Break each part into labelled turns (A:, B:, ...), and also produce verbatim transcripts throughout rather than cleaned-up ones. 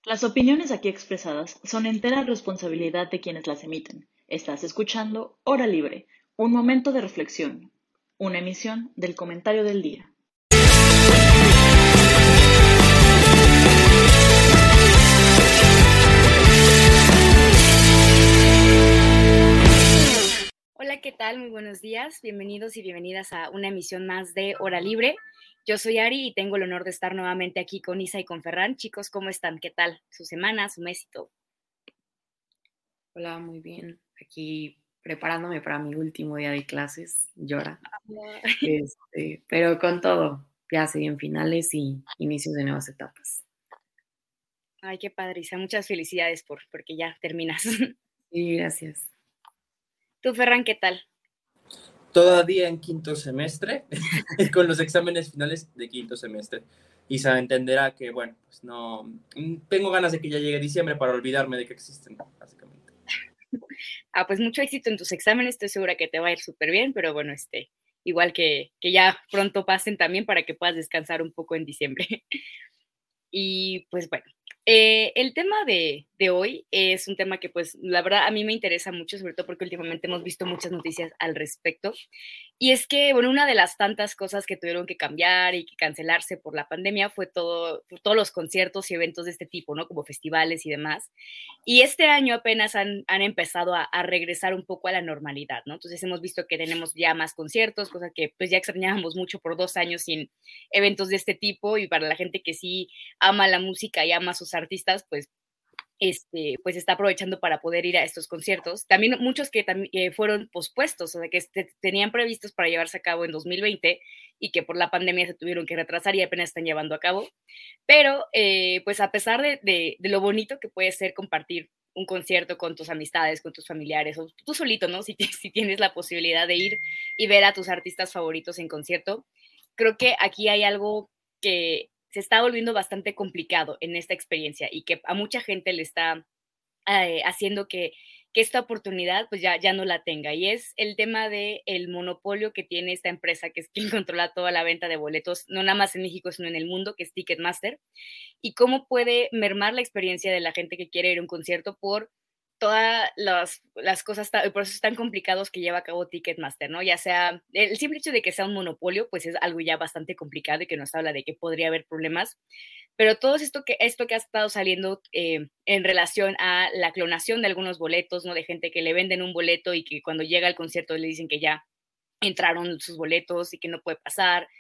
A: Las opiniones aquí expresadas son entera responsabilidad de quienes las emiten. Estás escuchando Hora Libre, un momento de reflexión, una emisión del comentario del día.
B: Hola, ¿qué tal? Muy buenos días. Bienvenidos y bienvenidas a una emisión más de Hora Libre. Yo soy Ari y tengo el honor de estar nuevamente aquí con Isa y con Ferran. Chicos, ¿cómo están? ¿Qué tal? ¿Su semana, su mes y todo?
C: Hola, muy bien. Aquí preparándome para mi último día de clases, llora. Este, pero con todo, ya se en finales y inicios de nuevas etapas.
B: Ay, qué padre, Isa. Muchas felicidades por, porque ya terminas.
C: Sí, gracias.
B: Tú, Ferran, ¿qué tal?
D: Todavía en quinto semestre, con los exámenes finales de quinto semestre. Y se entenderá que, bueno, pues no, tengo ganas de que ya llegue diciembre para olvidarme de que existen, básicamente.
B: Ah, pues mucho éxito en tus exámenes, estoy segura que te va a ir súper bien, pero bueno, este, igual que, que ya pronto pasen también para que puedas descansar un poco en diciembre. Y pues bueno, eh, el tema de, de hoy es un tema que pues la verdad a mí me interesa mucho, sobre todo porque últimamente hemos visto muchas noticias al respecto. Y es que, bueno, una de las tantas cosas que tuvieron que cambiar y que cancelarse por la pandemia fue todo, todos los conciertos y eventos de este tipo, ¿no? Como festivales y demás. Y este año apenas han, han empezado a, a regresar un poco a la normalidad, ¿no? Entonces hemos visto que tenemos ya más conciertos, cosa que pues ya extrañábamos mucho por dos años sin eventos de este tipo, y para la gente que sí ama la música y ama a sus artistas, pues este, pues está aprovechando para poder ir a estos conciertos. También muchos que tam eh, fueron pospuestos, o sea, que este, tenían previstos para llevarse a cabo en dos mil veinte y que por la pandemia se tuvieron que retrasar y apenas están llevando a cabo. Pero, eh, pues a pesar de, de, de lo bonito que puede ser compartir un concierto con tus amistades, con tus familiares, o tú solito, ¿no? Si, si tienes la posibilidad de ir y ver a tus artistas favoritos en concierto, creo que aquí hay algo que se está volviendo bastante complicado en esta experiencia y que a mucha gente le está eh, haciendo que, que, esta oportunidad pues ya, ya no la tenga. Y es el tema del el monopolio que tiene esta empresa, que es quien controla toda la venta de boletos, no nada más en México, sino en el mundo, que es Ticketmaster, y cómo puede mermar la experiencia de la gente que quiere ir a un concierto por todas las, las cosas, por eso es tan complicados que lleva a cabo Ticketmaster, ¿no? Ya sea, el simple hecho de que sea un monopolio, pues es algo ya bastante complicado y que nos habla de que podría haber problemas, pero todo esto que, esto que ha estado saliendo eh, en relación a la clonación de algunos boletos, ¿no? De gente que le venden un boleto y que cuando llega al concierto le dicen que ya entraron sus boletos y que no puede pasar,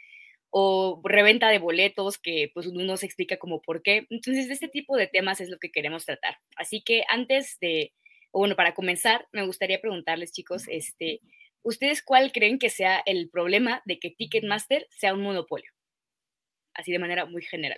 B: o reventa de boletos que pues uno se explica como por qué. Entonces, de este tipo de temas es lo que queremos tratar. Así que antes de, o bueno, para comenzar, me gustaría preguntarles, chicos, este, ¿ustedes cuál creen que sea el problema de que Ticketmaster sea un monopolio? Así de manera muy general.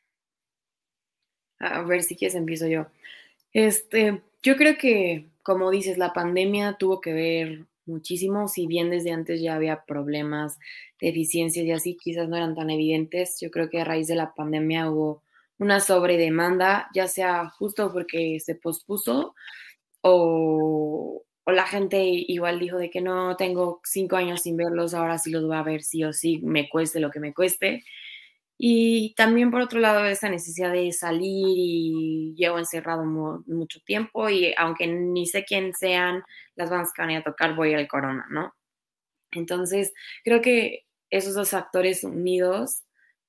C: A ver si quieres empiezo yo. Este, yo creo que, como dices, la pandemia tuvo que ver muchísimo, si bien desde antes ya había problemas, deficiencias y así, quizás no eran tan evidentes. Yo creo que a raíz de la pandemia hubo una sobredemanda, ya sea justo porque se pospuso o, o la gente igual dijo de que no, tengo cinco años sin verlos, ahora sí los voy a ver sí o sí, me cueste lo que me cueste. Y también por otro lado esa necesidad de salir y llevo encerrado mu- mucho tiempo y aunque ni sé quién sean las bandas que van a ir a tocar, voy al Corona, ¿no? Entonces creo que esos dos factores unidos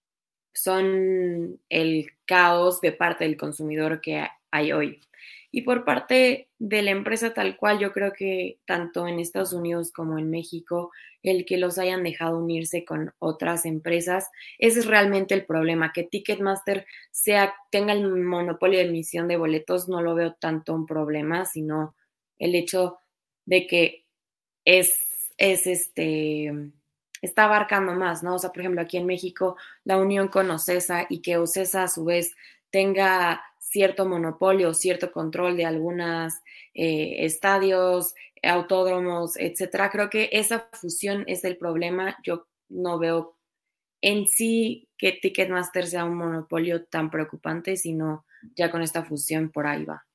C: son el caos de parte del consumidor que hay hoy. Y por parte de la empresa tal cual, yo creo que tanto en Estados Unidos como en México, el que los hayan dejado unirse con otras empresas, ese es realmente el problema. Que Ticketmaster sea, tenga el monopolio de emisión de boletos, no lo veo tanto un problema, sino el hecho de que es, es este, está abarcando más, ¿no? O sea, por ejemplo, aquí en México, la unión con OCESA y que OCESA a su vez tenga cierto monopolio, cierto control de algunos eh, estadios, autódromos, etcétera. Creo que esa fusión es el problema. Yo no veo en sí que Ticketmaster sea un monopolio tan preocupante, sino ya con esta fusión por ahí va.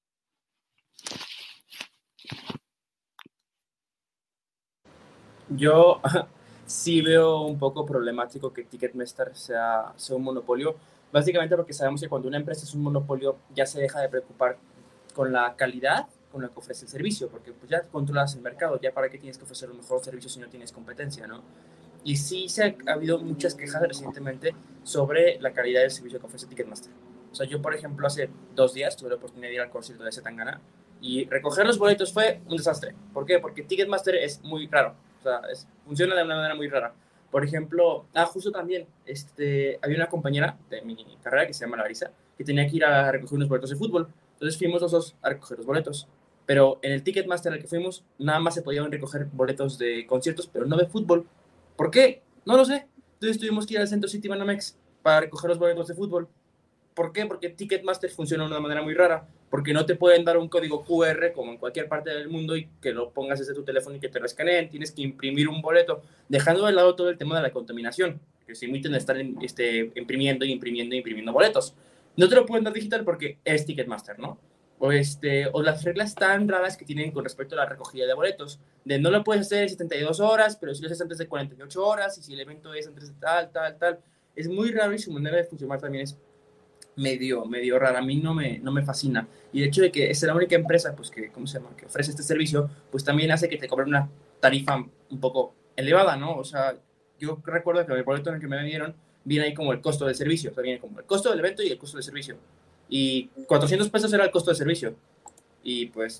D: Yo sí veo un poco problemático que Ticketmaster sea, sea un monopolio, básicamente porque sabemos que cuando una empresa es un monopolio ya se deja de preocupar con la calidad con la que ofrece el servicio, porque pues ya controlas el mercado, ya para qué tienes que ofrecer un mejor servicio si no tienes competencia, ¿no? Y sí se ha, ha habido muchas quejas recientemente sobre la calidad del servicio que ofrece Ticketmaster. O sea, yo, por ejemplo, hace dos días tuve la oportunidad de ir al concierto de Zetangana y recoger los boletos fue un desastre. ¿Por qué? Porque Ticketmaster es muy raro. O sea, es, funciona de una manera muy rara. Por ejemplo, ah, justo también, este, había una compañera de mi carrera que se llama Larisa, que tenía que ir a recoger unos boletos de fútbol. Entonces fuimos los dos a recoger los boletos. Pero en el Ticketmaster al que fuimos, nada más se podían recoger boletos de conciertos, pero no de fútbol. ¿Por qué? No lo sé. Entonces tuvimos que ir al Centro City Banamex para recoger los boletos de fútbol. ¿Por qué? Porque Ticketmaster funciona de una manera muy rara. Porque no te pueden dar un código Q R como en cualquier parte del mundo y que lo pongas desde tu teléfono y que te lo escaneen. Tienes que imprimir un boleto, dejando de lado todo el tema de la contaminación, que se emiten a estar en, este, imprimiendo y imprimiendo y imprimiendo boletos. No te lo pueden dar digital porque es Ticketmaster, ¿no? O, este, o las reglas tan raras que tienen con respecto a la recogida de boletos, de no lo puedes hacer en setenta y dos horas, pero si lo haces antes de cuarenta y ocho horas, y si el evento es antes de tal, tal, tal, es muy raro y su manera de funcionar también es medio, medio rara, a mí no me, no me fascina, y el hecho de que es la única empresa, pues que, ¿cómo se llama?, que ofrece este servicio, pues también hace que te cobren una tarifa un poco elevada, ¿no? O sea, yo recuerdo que el boleto en el que me vendieron viene ahí como el costo del servicio, o sea, viene como el costo del evento y el costo del servicio, y cuatrocientos pesos era el costo del servicio. Y pues,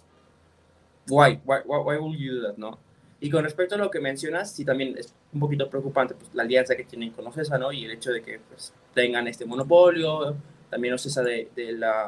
D: why? Why, why, why would you do that, no? Y con respecto a lo que mencionas, sí también es un poquito preocupante pues, la alianza que tienen con OCESA, ¿no? Y el hecho de que pues, tengan este monopolio, también OCESA de, de, la,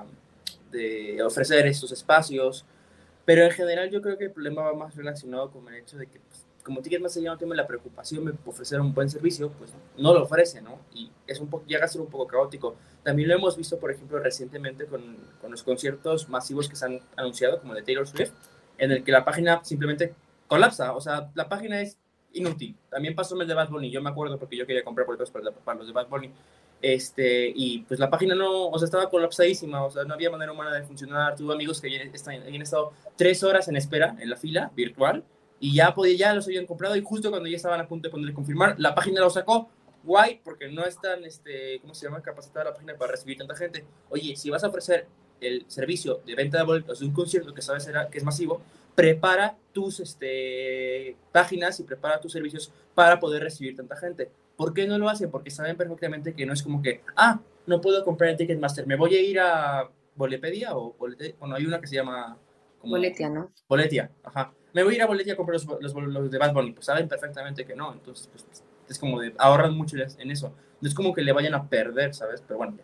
D: de ofrecer estos espacios. Pero en general yo creo que el problema va más relacionado con el hecho de que pues, como Ticketmaster ya no tiene la preocupación de ofrecer un buen servicio, pues no lo ofrece, ¿no? Y es un poco, llega a ser un poco caótico. También lo hemos visto, por ejemplo, recientemente con, con los conciertos masivos que se han anunciado, como el de Taylor Swift, en el que la página simplemente colapsa, o sea, la página es inútil. También pasó en el de Bad Bunny, yo me acuerdo porque yo quería comprar boletos para, para los de Bad Bunny, este, y pues la página no, o sea, estaba colapsadísima, o sea, no había manera humana de funcionar. Tuve amigos que habían, habían estado tres horas en espera en la fila virtual, y ya, podía, ya los habían comprado y justo cuando ya estaban a punto de ponerle confirmar, la página lo sacó. Guay, porque no es tan, este, ¿cómo se llama?, capacitada la página para recibir tanta gente. Oye, si vas a ofrecer el servicio de venta de boletos de un concierto que sabes que es masivo, prepara tus este, páginas y prepara tus servicios para poder recibir tanta gente. ¿Por qué no lo hacen? Porque saben perfectamente que no es como que, ah, no puedo comprar el Ticketmaster, me voy a ir a Bolepedia o Bolete, bueno, hay una que se llama... Como,
C: Boletia, ¿no?
D: Boletia, ajá. Me voy a ir a Boletia a comprar los, los, los de Bad Bunny. Pues saben perfectamente que no. Entonces, pues, es como de ahorran mucho en eso. No es como que le vayan a perder, ¿sabes? Pero bueno, ya.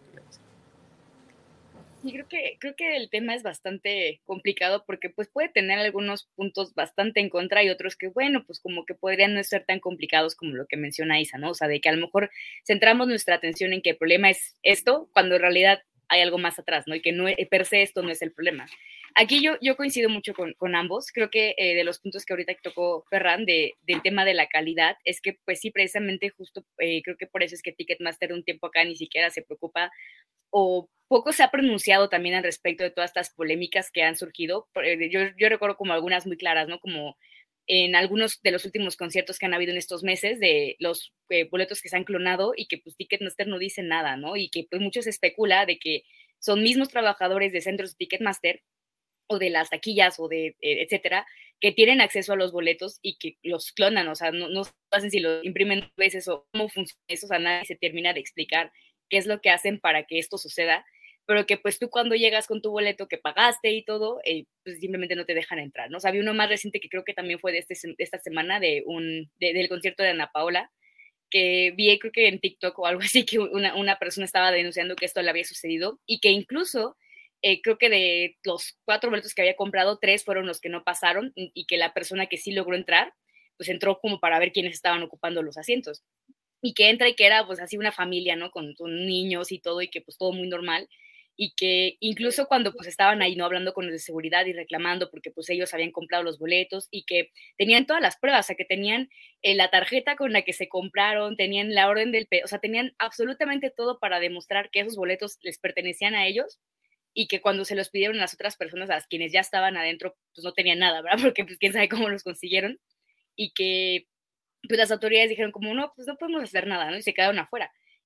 B: Sí, creo que, creo que el tema es bastante complicado porque pues puede tener algunos puntos bastante en contra y otros que, bueno, pues como que podrían no ser tan complicados como lo que menciona Isa, ¿no? O sea, de que a lo mejor centramos nuestra atención en que el problema es esto, cuando en realidad hay algo más atrás, ¿no? Y que no, per se esto no es el problema. Aquí yo, yo coincido mucho con, con ambos. Creo que eh, de los puntos que ahorita tocó Ferran de, del tema de la calidad es que, pues sí, precisamente justo eh, creo que por eso es que Ticketmaster un tiempo acá ni siquiera se preocupa o poco se ha pronunciado también al respecto de todas estas polémicas que han surgido. Yo, yo recuerdo como algunas muy claras, ¿no? Como en algunos de los últimos conciertos que han habido en estos meses de los eh, boletos que se han clonado y que pues Ticketmaster no dice nada, ¿no? Y que pues mucho se especula de que son mismos trabajadores de centros de Ticketmaster o de las taquillas o de eh, etcétera, que tienen acceso a los boletos y que los clonan, o sea, no, no saben si los imprimen veces o cómo funciona eso, o sea, nadie se termina de explicar qué es lo que hacen para que esto suceda, pero que pues tú cuando llegas con tu boleto que pagaste y todo, eh, pues simplemente no te dejan entrar, ¿no? O sea, había uno más reciente que creo que también fue de, este, de esta semana, de un, de, del concierto de Ana Paola, que vi creo que en TikTok o algo así, que una, una persona estaba denunciando que esto le había sucedido y que incluso eh, creo que de los cuatro boletos que había comprado, tres fueron los que no pasaron y, y que la persona que sí logró entrar, pues entró como para ver quiénes estaban ocupando los asientos. Y que entra y que era pues así una familia, ¿no? Con, con niños y todo y que pues todo muy normal. Y que incluso cuando pues estaban ahí, ¿no? Hablando con los de seguridad y reclamando porque pues ellos habían comprado los boletos y que tenían todas las pruebas, o sea, que tenían eh, la tarjeta con la que se compraron, tenían la orden del, o sea, tenían absolutamente todo para demostrar que esos boletos les pertenecían a ellos y que cuando se los pidieron a las otras personas, a las quienes ya estaban adentro, pues no tenían nada, ¿verdad? Porque pues quién sabe cómo los consiguieron y que pues las autoridades dijeron como, no, pues no podemos hacer nada, ¿no? Y se quedaron afuera.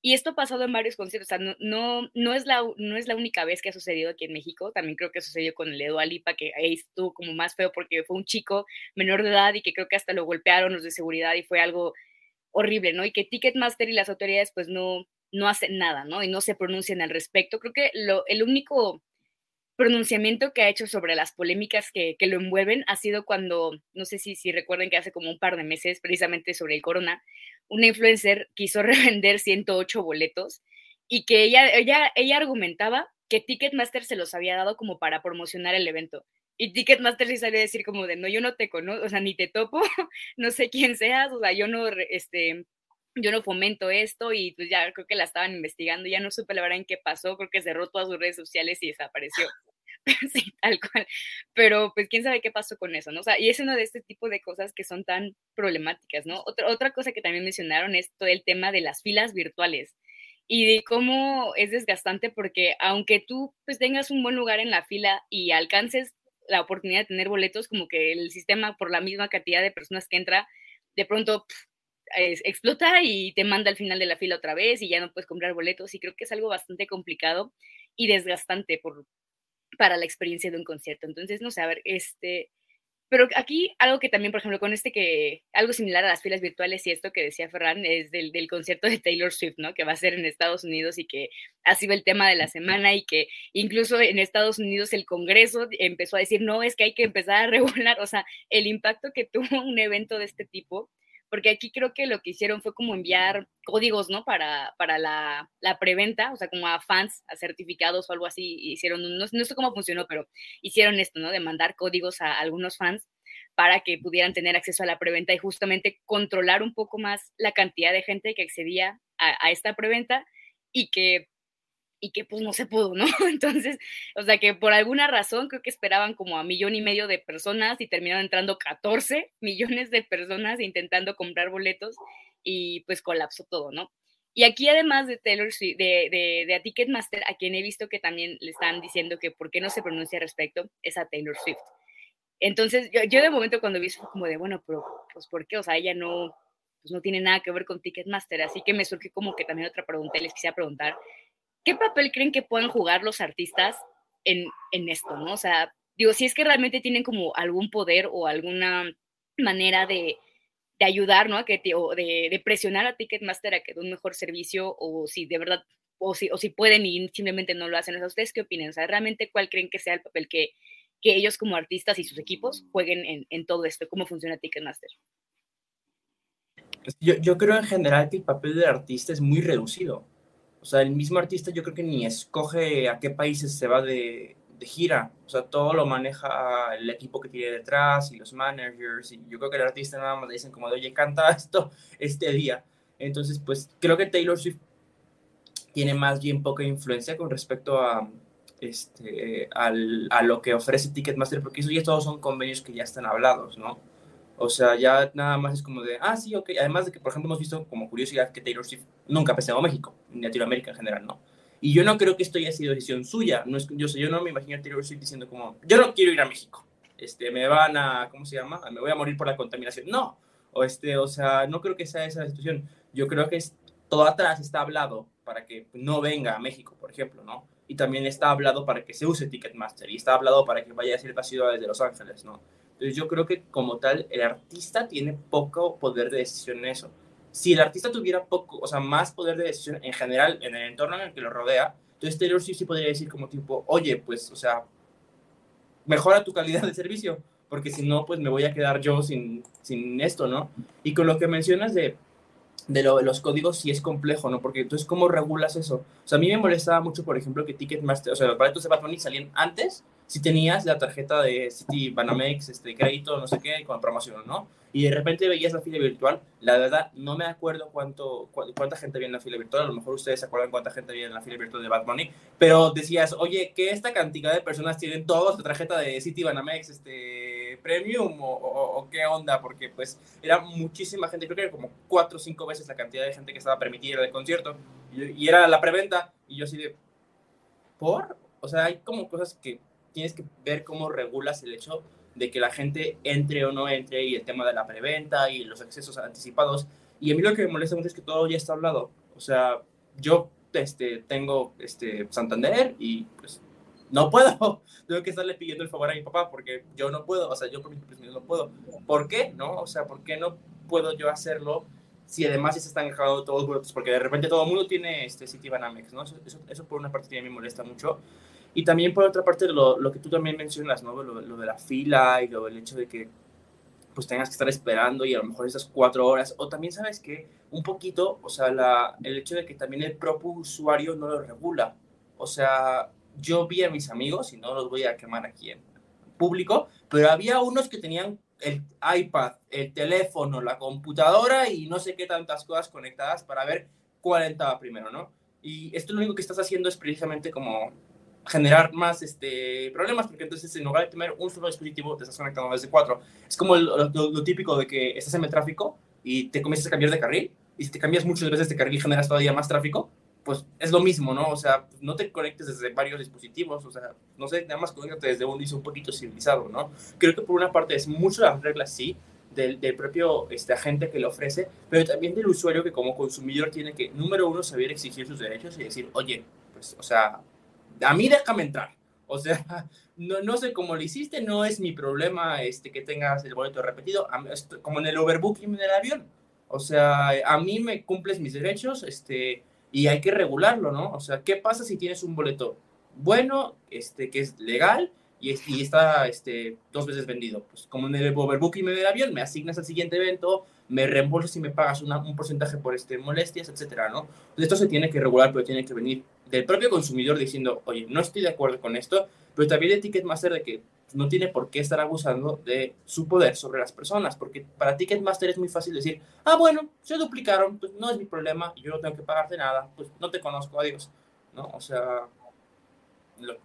B: Y esto ha pasado en varios conciertos, o sea, no, no, no, es la, no es la única vez que ha sucedido aquí en México, también creo que sucedió con el de Dua Lipa, que ahí estuvo como más feo porque fue un chico menor de edad y que creo que hasta lo golpearon los de seguridad y fue algo horrible, ¿no? Y que Ticketmaster y las autoridades pues no, no hacen nada, ¿no? Y no se pronuncian al respecto. Creo que lo, el único pronunciamiento que ha hecho sobre las polémicas que, que lo envuelven ha sido cuando, no sé si, si recuerden que hace como un par de meses, precisamente sobre el corona, una influencer quiso revender ciento ocho boletos y que ella, ella, ella argumentaba que Ticketmaster se los había dado como para promocionar el evento. Y Ticketmaster sí salió a decir como de, no, yo no te conozco, o sea, ni te topo, no sé quién seas, o sea, yo no, este, yo no fomento esto, y pues ya creo que la estaban investigando, ya no supe la verdad en qué pasó, creo que cerró todas sus redes sociales y desapareció. Sí, tal cual. Pero pues quién sabe qué pasó con eso, ¿no? O sea, y es uno de este tipo de cosas que son tan problemáticas, ¿no? Otra, otra cosa que también mencionaron es todo el tema de las filas virtuales y de cómo es desgastante porque aunque tú pues tengas un buen lugar en la fila y alcances la oportunidad de tener boletos, como que el sistema por la misma cantidad de personas que entra, de pronto pff, es, explota y te manda al final de la fila otra vez y ya no puedes comprar boletos, y creo que es algo bastante complicado y desgastante por, para la experiencia de un concierto. Entonces, no sé, a ver, este, pero aquí algo que también, por ejemplo, con este que, algo similar a las filas virtuales y esto que decía Ferran, es del, del concierto de Taylor Swift, ¿no? Que va a ser en Estados Unidos y que ha sido el tema de la semana, y que incluso en Estados Unidos el Congreso empezó a decir, no, es que hay que empezar a regular, o sea, el impacto que tuvo un evento de este tipo, porque aquí creo que lo que hicieron fue como enviar códigos, ¿no? Para, para la, la preventa, o sea, como a fans, a certificados o algo así, hicieron, no, no sé cómo funcionó, pero hicieron esto, ¿no? De mandar códigos a algunos fans para que pudieran tener acceso a la preventa y justamente controlar un poco más la cantidad de gente que accedía a, a esta preventa, y que y que pues no se pudo, ¿no? Entonces, o sea, que por alguna razón creo que esperaban como a millón y medio de personas y terminaron entrando catorce millones de personas intentando comprar boletos, y pues colapsó todo, ¿no? Y aquí además de Taylor Swift, de, de, de a Ticketmaster, a quien he visto que también le están diciendo que por qué no se pronuncia al respecto, es a Taylor Swift. Entonces, yo, yo de momento cuando vi eso fue como de, bueno, pero pues ¿por qué? O sea, ella no, pues no tiene nada que ver con Ticketmaster, así que me surgió como que también otra pregunta y les quisiera preguntar, ¿qué papel creen que pueden jugar los artistas en, en esto, ¿no? O sea, digo, si es que realmente tienen como algún poder o alguna manera de, de ayudar, ¿no? A que, o de, de presionar a Ticketmaster a que dé un mejor servicio, o si de verdad, o si, o si pueden y simplemente no lo hacen. O sea, ¿ustedes qué opinan? O sea, ¿realmente cuál creen que sea el papel que, que ellos como artistas y sus equipos jueguen en, en todo esto? ¿Cómo funciona Ticketmaster?
D: Yo, yo creo en general que el papel del artista es muy reducido. O sea, el mismo artista yo creo que ni escoge a qué países se va de, de gira. O sea, todo lo maneja el equipo que tiene detrás y los managers. Y yo creo que el artista nada más le dicen como de, oye, canta esto este día. Entonces, pues creo que Taylor Swift tiene más bien poca influencia con respecto a, este, al, a lo que ofrece Ticketmaster, porque eso ya todos son convenios que ya están hablados, ¿no? O sea, ya nada más es como de, ah, sí, ok. Además de que, por ejemplo, hemos visto como curiosidad que Taylor Swift nunca ha pisado México, ni Latinoamérica en general, ¿no? Y yo no creo que esto haya sido decisión suya. No es, yo, yo no me imagino a Taylor Swift diciendo como, yo no quiero ir a México. Este, me van a, ¿cómo se llama? Me voy a morir por la contaminación. No. O, este, o sea, no creo que sea esa la situación. Yo creo que es, todo atrás está hablado para que no venga a México, por ejemplo, ¿no? Y también está hablado para que se use Ticketmaster. Y está hablado para que vaya a ciertas ciudades de Los Ángeles, ¿no? Entonces yo creo que como tal el artista tiene poco poder de decisión en eso. Si el artista tuviera poco, o sea, más poder de decisión en general en el entorno en el que lo rodea, entonces Taylor Swift sí podría decir como tipo, oye, pues, o sea, mejora tu calidad de servicio, porque si no, pues me voy a quedar yo sin, sin esto, ¿no? Y con lo que mencionas de, de, lo, de los códigos sí es complejo, ¿no? Porque entonces, ¿cómo regulas eso? O sea, a mí me molestaba mucho, por ejemplo, que Ticketmaster, o sea, los boletos de Bad Bunny salían antes si tenías la tarjeta de City Banamex, este, crédito, no sé qué, con promoción, ¿no? Y de repente veías la fila virtual. La verdad, no me acuerdo cuánto, cu cuánta gente había en la fila virtual. A lo mejor ustedes se acuerdan cuánta gente había en la fila virtual de Bad Bunny. Pero decías, oye, que esta cantidad de personas tienen todos la tarjeta de City Banamex este, Premium o, o, o qué onda, porque pues era muchísima gente. Creo que era como cuatro o cinco veces la cantidad de gente que estaba permitida del concierto. Y, y era la preventa. Y yo así de, ¿por? O sea, hay como cosas que tienes que ver cómo regulas el hecho de que la gente entre o no entre, y el tema de la preventa y los accesos anticipados. Y a mí lo que me molesta mucho es que todo ya está hablado. O sea, yo este, tengo este, Santander y pues no puedo, tengo que estarle pidiendo el favor a mi papá porque yo no puedo, o sea, yo por mis propios medios no puedo. ¿Por qué? ¿No? O sea, ¿por qué no puedo yo hacerlo si además ya se están dejando todos los boletos? Porque de repente todo el mundo tiene este Citibanamex, ¿no? Eso, eso, eso por una parte también me molesta mucho. Y también por otra parte lo, lo que tú también mencionas, ¿no? Lo, lo de la fila y lo del hecho de que pues tengas que estar esperando y a lo mejor esas cuatro horas, o también sabes que un poquito, o sea, la, el hecho de que también el propio usuario no lo regula, o sea, yo vi a mis amigos, y no los voy a quemar aquí en público, pero había unos que tenían el iPad, el teléfono, la computadora y no sé qué tantas cosas conectadas para ver cuál entraba primero, ¿no? Y esto lo único que estás haciendo es precisamente como generar más este, problemas, porque entonces en lugar de tener un solo dispositivo, te estás conectando desde cuatro. Es como el, lo, lo, típico de que estás en el tráfico y te comienzas a cambiar de carril, y si te cambias muchas veces de carril y generas todavía más tráfico, pues es lo mismo, ¿no? O sea, no te conectes desde varios dispositivos, o sea, no sé, nada más conéctate desde uno y un poquito civilizado, ¿no? Creo que por una parte es mucho las reglas, sí, del, del propio este, agente que lo ofrece, pero también del usuario que como consumidor tiene que, número uno, saber exigir sus derechos y decir, oye, pues, o sea, a mí déjame entrar. O sea, no, no sé cómo lo hiciste, no es mi problema este, que tengas el boleto repetido, como en el overbooking del avión. O sea, a mí me cumples mis derechos este, y hay que regularlo, ¿no? O sea, ¿qué pasa si tienes un boleto bueno, este, que es legal y, es, y está este, dos veces vendido? Pues como en el overbooking del avión, me asignas al siguiente evento, me reembolsas y me pagas una, un porcentaje por este, molestias, etcétera, ¿no? Entonces, esto se tiene que regular, pero tiene que venir del propio consumidor diciendo, oye, no estoy de acuerdo con esto, pero también de Ticketmaster de que no tiene por qué estar abusando de su poder sobre las personas, porque para Ticketmaster es muy fácil decir, ah, bueno, se duplicaron, pues no es mi problema, yo no tengo que pagarte nada, pues no te conozco, adiós, ¿no? O sea... Lo...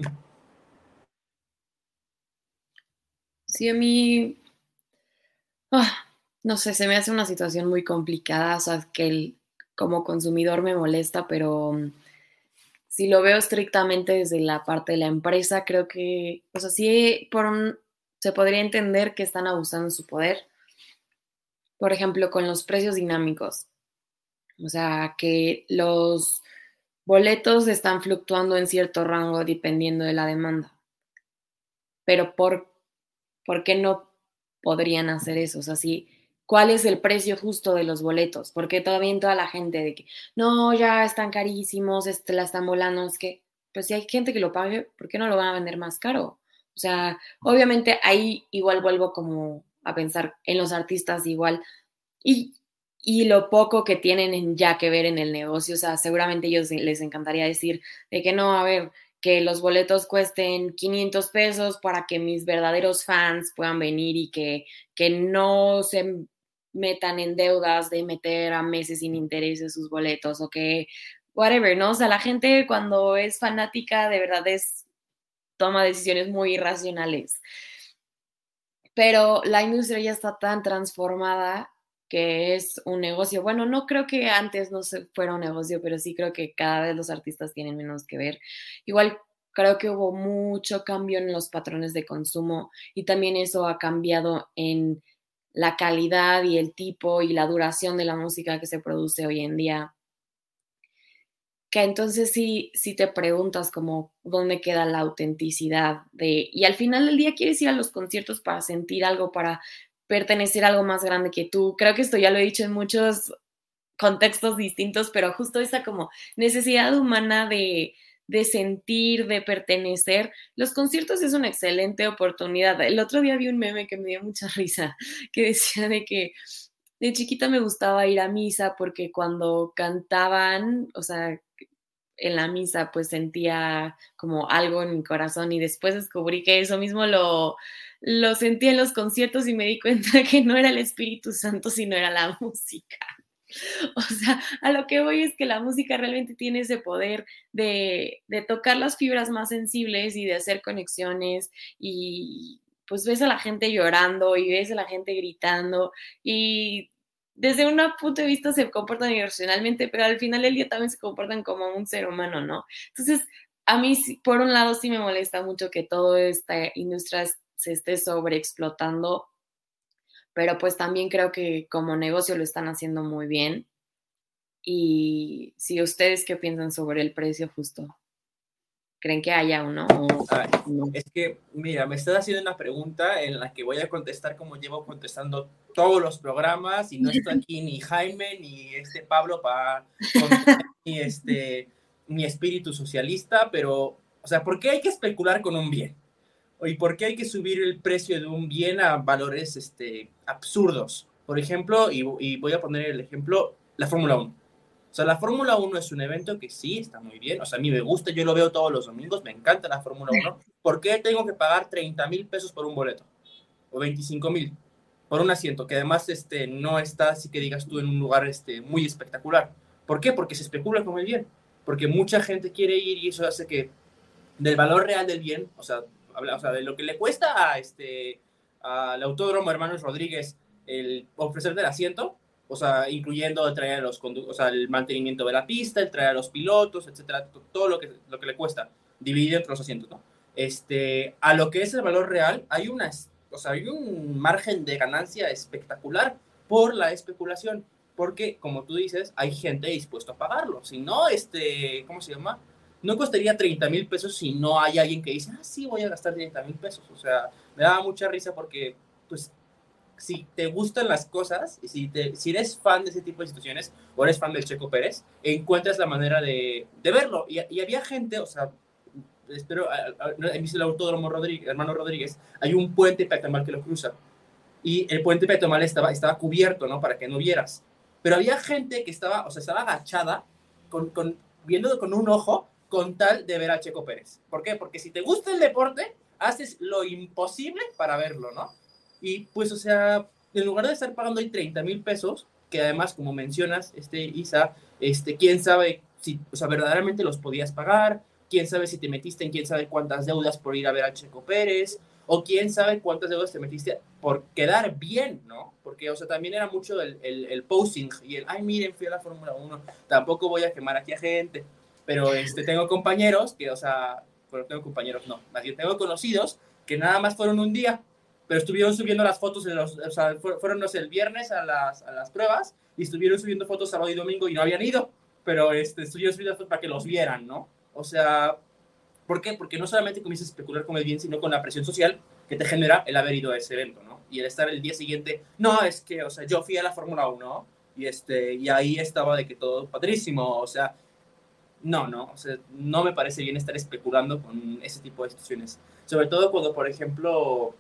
C: Sí, a mí, oh, no sé, se me hace una situación muy complicada, o sea, que el, como consumidor me molesta, pero si lo veo estrictamente desde la parte de la empresa, creo que, o sea, sí, por un, se podría entender que están abusando de su poder. Por ejemplo, con los precios dinámicos. O sea, que los boletos están fluctuando en cierto rango dependiendo de la demanda. Pero ¿por, ¿por qué no podrían hacer eso? O sea, sí, ¿cuál es el precio justo de los boletos? Porque todavía toda la gente de que, no, ya están carísimos, este, la están volando, es que, pues si hay gente que lo pague, ¿por qué no lo van a vender más caro? O sea, obviamente ahí igual vuelvo como a pensar en los artistas igual. Y, y lo poco que tienen en, ya que ver en el negocio, o sea, seguramente a ellos les encantaría decir de que no, a ver, que los boletos cuesten quinientos pesos para que mis verdaderos fans puedan venir y que, que no se metan en deudas de meter a meses sin intereses sus boletos o que, whatever, ¿no? O sea, la gente cuando es fanática de verdad es, toma decisiones muy irracionales. Pero la industria ya está tan transformada que es un negocio. Bueno, no creo que antes no se fuera un negocio, pero sí creo que cada vez los artistas tienen menos que ver. Igual creo que hubo mucho cambio en los patrones de consumo y también eso ha cambiado en la calidad y el tipo y la duración de la música que se produce hoy en día. Que entonces sí, sí te preguntas como dónde queda la autenticidad de, y al final del día quieres ir a los conciertos para sentir algo, para pertenecer a algo más grande que tú. Creo que esto ya lo he dicho en muchos contextos distintos, pero justo esa como necesidad humana de, de sentir, de pertenecer. Los conciertos es una excelente oportunidad. El otro día vi un meme que me dio mucha risa, que decía de que de chiquita me gustaba ir a misa porque cuando cantaban, o sea, en la misa pues sentía como algo en mi corazón y después descubrí que eso mismo lo, lo sentía en los conciertos y me di cuenta que no era el Espíritu Santo, sino era la música. O sea, a lo que voy es que la música realmente tiene ese poder de, de tocar las fibras más sensibles y de hacer conexiones y pues ves a la gente llorando y ves a la gente gritando y desde un punto de vista se comportan irracionalmente, pero al final del día también se comportan como un ser humano, ¿no? Entonces, a mí, por un lado, sí me molesta mucho que toda esta industria se esté sobreexplotando, pero pues también creo que como negocio lo están haciendo muy bien. Y si ustedes qué piensan sobre el precio justo, ¿creen que haya uno o
D: Ay,
C: no?
D: es que, mira, me estás haciendo una pregunta en la que voy a contestar como llevo contestando todos los programas y no está aquí ni Jaime ni este Pablo para contener mi, este, mi espíritu socialista, pero, o sea, ¿por qué hay que especular con un bien? ¿Y por qué hay que subir el precio de un bien a valores este, absurdos? Por ejemplo, y, y voy a poner el ejemplo, la Fórmula uno. O sea, la Fórmula uno es un evento que sí está muy bien. O sea, a mí me gusta, yo lo veo todos los domingos, me encanta la Fórmula uno. ¿Por qué tengo que pagar treinta mil pesos por un boleto? O veinticinco mil por un asiento, que además este, no está, así que digas tú, en un lugar este, muy espectacular. ¿Por qué? Porque se especula con el bien. Porque mucha gente quiere ir y eso hace que del valor real del bien, o sea, habla, o sea de lo que le cuesta a este, al Autódromo Hermanos Rodríguez el ofrecerte el asiento, o sea, incluyendo traer a los o sea, el mantenimiento de la pista, el traer a los pilotos, etcétera, todo lo que, lo que le cuesta, dividido entre los asientos, ¿no? Este, a lo que es el valor real, hay, una, o sea, hay un margen de ganancia espectacular por la especulación, porque, como tú dices, hay gente dispuesta a pagarlo. Si no, este, ¿cómo se llama? No costaría treinta mil pesos si no hay alguien que dice, ah, sí, voy a gastar treinta mil pesos. O sea, me daba mucha risa porque, pues, si te gustan las cosas, y si, te, si eres fan de ese tipo de situaciones, o eres fan del Checo Pérez, encuentras la manera de, de verlo. Y, y había gente, o sea, espero, en el Autódromo Rodríguez, Hermano Rodríguez, hay un puente peatonal que lo cruza. Y el puente peatonal estaba, estaba cubierto, ¿no? Para que no vieras. Pero había gente que estaba, o sea, estaba agachada, con, con, viendo con un ojo, con tal de ver a Checo Pérez. ¿Por qué? Porque si te gusta el deporte, haces lo imposible para verlo, ¿no? Y pues, o sea, en lugar de estar pagando ahí treinta mil pesos, que además, como mencionas, este, Isa, este, quién sabe si, o sea, verdaderamente los podías pagar, quién sabe si te metiste en quién sabe cuántas deudas por ir a ver a Checo Pérez, o quién sabe cuántas deudas te metiste por quedar bien, ¿no? Porque, o sea, también era mucho el, el, el posing y el, ay, miren, fui a la Fórmula uno, tampoco voy a quemar aquí a gente, pero este, tengo compañeros que, o sea, bueno, tengo compañeros, no, más bien tengo conocidos que nada más fueron un día, pero estuvieron subiendo las fotos, de los, o sea, fueron, no sé, el viernes a las, a las pruebas y estuvieron subiendo fotos sábado y domingo y no habían ido, pero este, estuvieron subiendo fotos para que los vieran, ¿no? O sea, ¿por qué? Porque no solamente comienzas a especular con el bien, sino con la presión social que te genera el haber ido a ese evento, ¿no? Y el estar el día siguiente, no, es que, o sea, yo fui a la Fórmula uno y, este, y ahí estaba de que todo padrísimo, o sea, no, no, o sea, no me parece bien estar especulando con ese tipo de situaciones. Sobre todo cuando, por ejemplo,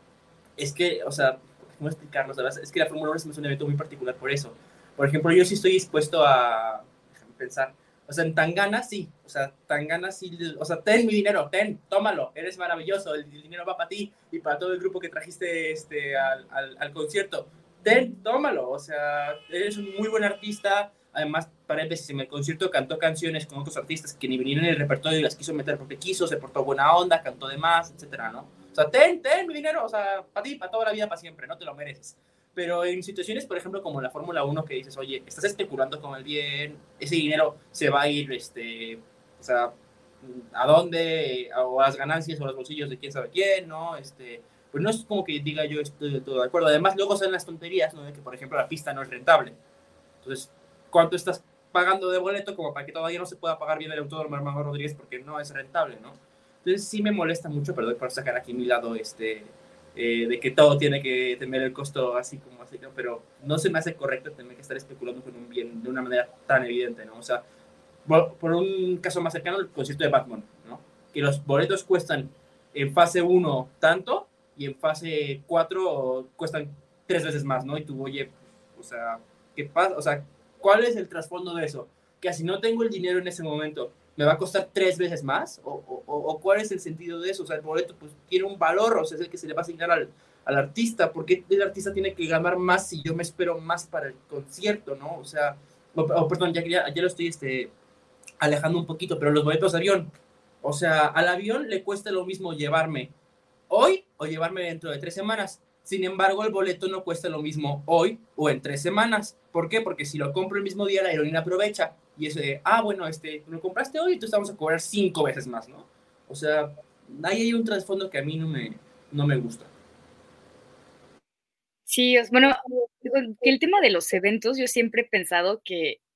D: es que, o sea, ¿cómo explicarlo? ¿Sabes? Es que la Fórmula uno es un evento muy particular por eso. Por ejemplo, yo sí estoy dispuesto a, déjame pensar, o sea, en Tangana sí, o sea, Tangana sí, o sea, ten mi dinero, ten, tómalo, eres maravilloso, el, el dinero va para ti y para todo el grupo que trajiste este, al, al, al concierto, ten, tómalo, o sea, eres un muy buen artista, además, paréntesis, en el concierto cantó canciones con otros artistas que ni vinieron en el repertorio y las quiso meter porque quiso, se portó buena onda, cantó de más, etcétera, ¿no? O sea, ten, ten mi dinero, o sea, para ti, para toda la vida, para siempre, no te lo mereces. Pero en situaciones, por ejemplo, como la Fórmula uno, que dices, oye, estás especulando con el bien, ese dinero se va a ir, este, o sea, ¿a dónde? O a las ganancias o a los bolsillos de quién sabe quién, ¿no? Este, pues no es como que diga yo estoy de todo de acuerdo. Además, luego salen las tonterías, ¿no? De que, por ejemplo, la pista no es rentable. Entonces, ¿cuánto estás pagando de boleto como para que todavía no se pueda pagar bien el Autódromo Hermano Rodríguez porque no es rentable, ¿no? Entonces sí me molesta mucho, perdón por sacar aquí mi lado, este, eh, de que todo tiene que tener el costo así como así, ¿no? Pero no se me hace correcto tener que estar especulando con un bien de una manera tan evidente, ¿no? O sea, por, por un caso más cercano, el concierto de Batman, ¿no? Que los boletos cuestan en fase uno tanto y en fase cuatro cuestan tres veces más, ¿no? Y tú, oye, o sea, ¿qué pasa? O sea, ¿cuál es el trasfondo de eso? Que si no tengo el dinero en ese momento, ¿me va a costar tres veces más? ¿O, o, o cuál es el sentido de eso? O sea, el boleto pues tiene un valor, o sea, es el que se le va a asignar al, al artista. ¿Por qué el artista tiene que ganar más si yo me espero más para el concierto, no? O sea, o, o perdón, ya, ya, ya lo estoy este, alejando un poquito, pero los boletos de avión, o sea, al avión le cuesta lo mismo llevarme hoy o llevarme dentro de tres semanas. Sin embargo, el boleto no cuesta lo mismo hoy o en tres semanas. ¿Por qué? Porque si lo compro el mismo día, la aerolínea aprovecha. Y eso de, ah, bueno, este, lo compraste hoy y entonces vamos a cobrar cinco veces más, ¿no? O sea, ahí hay un trasfondo que a mí no me, no me gusta.
B: Sí, bueno, que el tema de los eventos, yo siempre he pensado que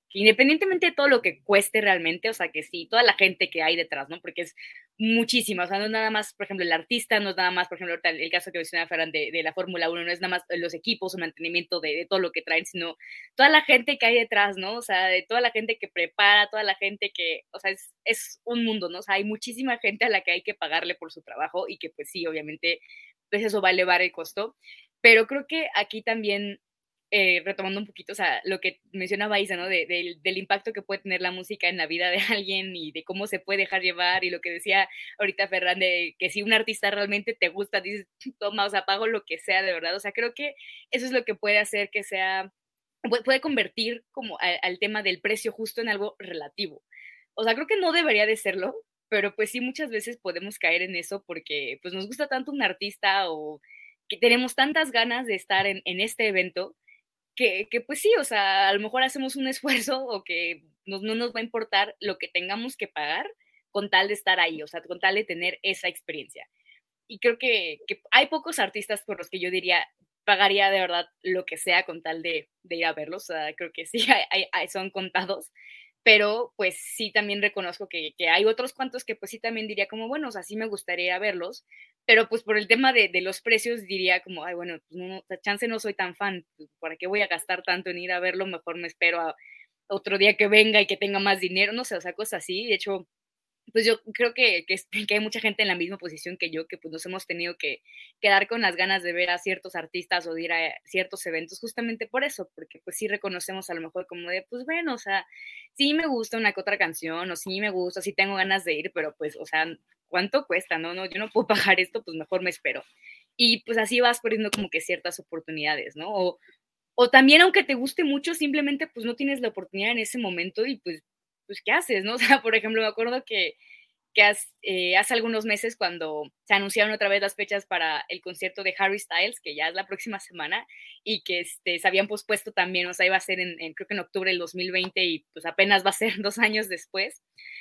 B: independientemente de todo lo que cueste realmente, o sea, que sí, toda la gente que hay detrás, ¿no? Porque es muchísima, o sea, no es nada más, por ejemplo, el artista, no es nada más, por ejemplo, el caso que mencionaba Ferran de, de la Fórmula uno, no es nada más los equipos o mantenimiento de, de todo lo que traen, sino toda la gente que hay detrás, ¿no? O sea, de toda la gente que prepara, toda la gente que, o sea, es, es un mundo, ¿no? O sea, hay muchísima gente a la que hay que pagarle por su trabajo y que pues sí, obviamente, pues eso va a elevar el costo, pero creo que aquí también eh, retomando un poquito, o sea, lo que mencionaba Isa, ¿no? De, de, del impacto que puede tener la música en la vida de alguien y de cómo se puede dejar llevar y lo que decía ahorita Ferran, de que si un artista realmente te gusta, dices, toma, o sea, pago lo que sea de verdad, o sea, creo que eso es lo que puede hacer que sea, puede convertir como a, al tema del precio justo en algo relativo. O sea, creo que no debería de serlo, pero pues sí muchas veces podemos caer en eso porque pues nos gusta tanto un artista o que tenemos tantas ganas de estar en, en este evento que, que pues sí, o sea, a lo mejor hacemos un esfuerzo o que nos, no nos va a importar lo que tengamos que pagar con tal de estar ahí, o sea, con tal de tener esa experiencia. Y creo que, que hay pocos artistas por los que yo diría, pagaría de verdad lo que sea con tal de, de ir a verlos, o sea, creo que sí, hay, hay, son contados, pero pues sí también reconozco que, que hay otros cuantos que pues sí también diría como, bueno, o sea, sí me gustaría ir a verlos, pero pues por el tema de, de los precios diría como, ay, bueno, pues no, no, chance no soy tan fan, pues, ¿para qué voy a gastar tanto en ir a verlo? Mejor me espero a otro día que venga y que tenga más dinero, no sé, o sea, cosas así. De hecho, pues yo creo que, que, que hay mucha gente en la misma posición que yo, que pues nos hemos tenido que quedar con las ganas de ver a ciertos artistas o de ir a ciertos eventos justamente por eso, porque pues sí reconocemos a lo mejor como de, pues bueno, o sea, sí me gusta una que otra canción, o sí me gusta, sí tengo ganas de ir, pero pues, o sea, ¿cuánto cuesta? No, no, yo no puedo pagar esto, pues mejor me espero. Y pues así vas perdiendo como que ciertas oportunidades, ¿no? O, o también aunque te guste mucho, simplemente pues no tienes la oportunidad en ese momento y pues, pues ¿qué haces, no? O sea, por ejemplo, me acuerdo que que hace, eh, hace algunos meses cuando se anunciaron otra vez las fechas para el concierto de Harry Styles, que ya es la próxima semana, y que este, se habían pospuesto también, o sea, iba a ser en, en, creo que en octubre del dos mil veinte y pues apenas va a ser dos años después.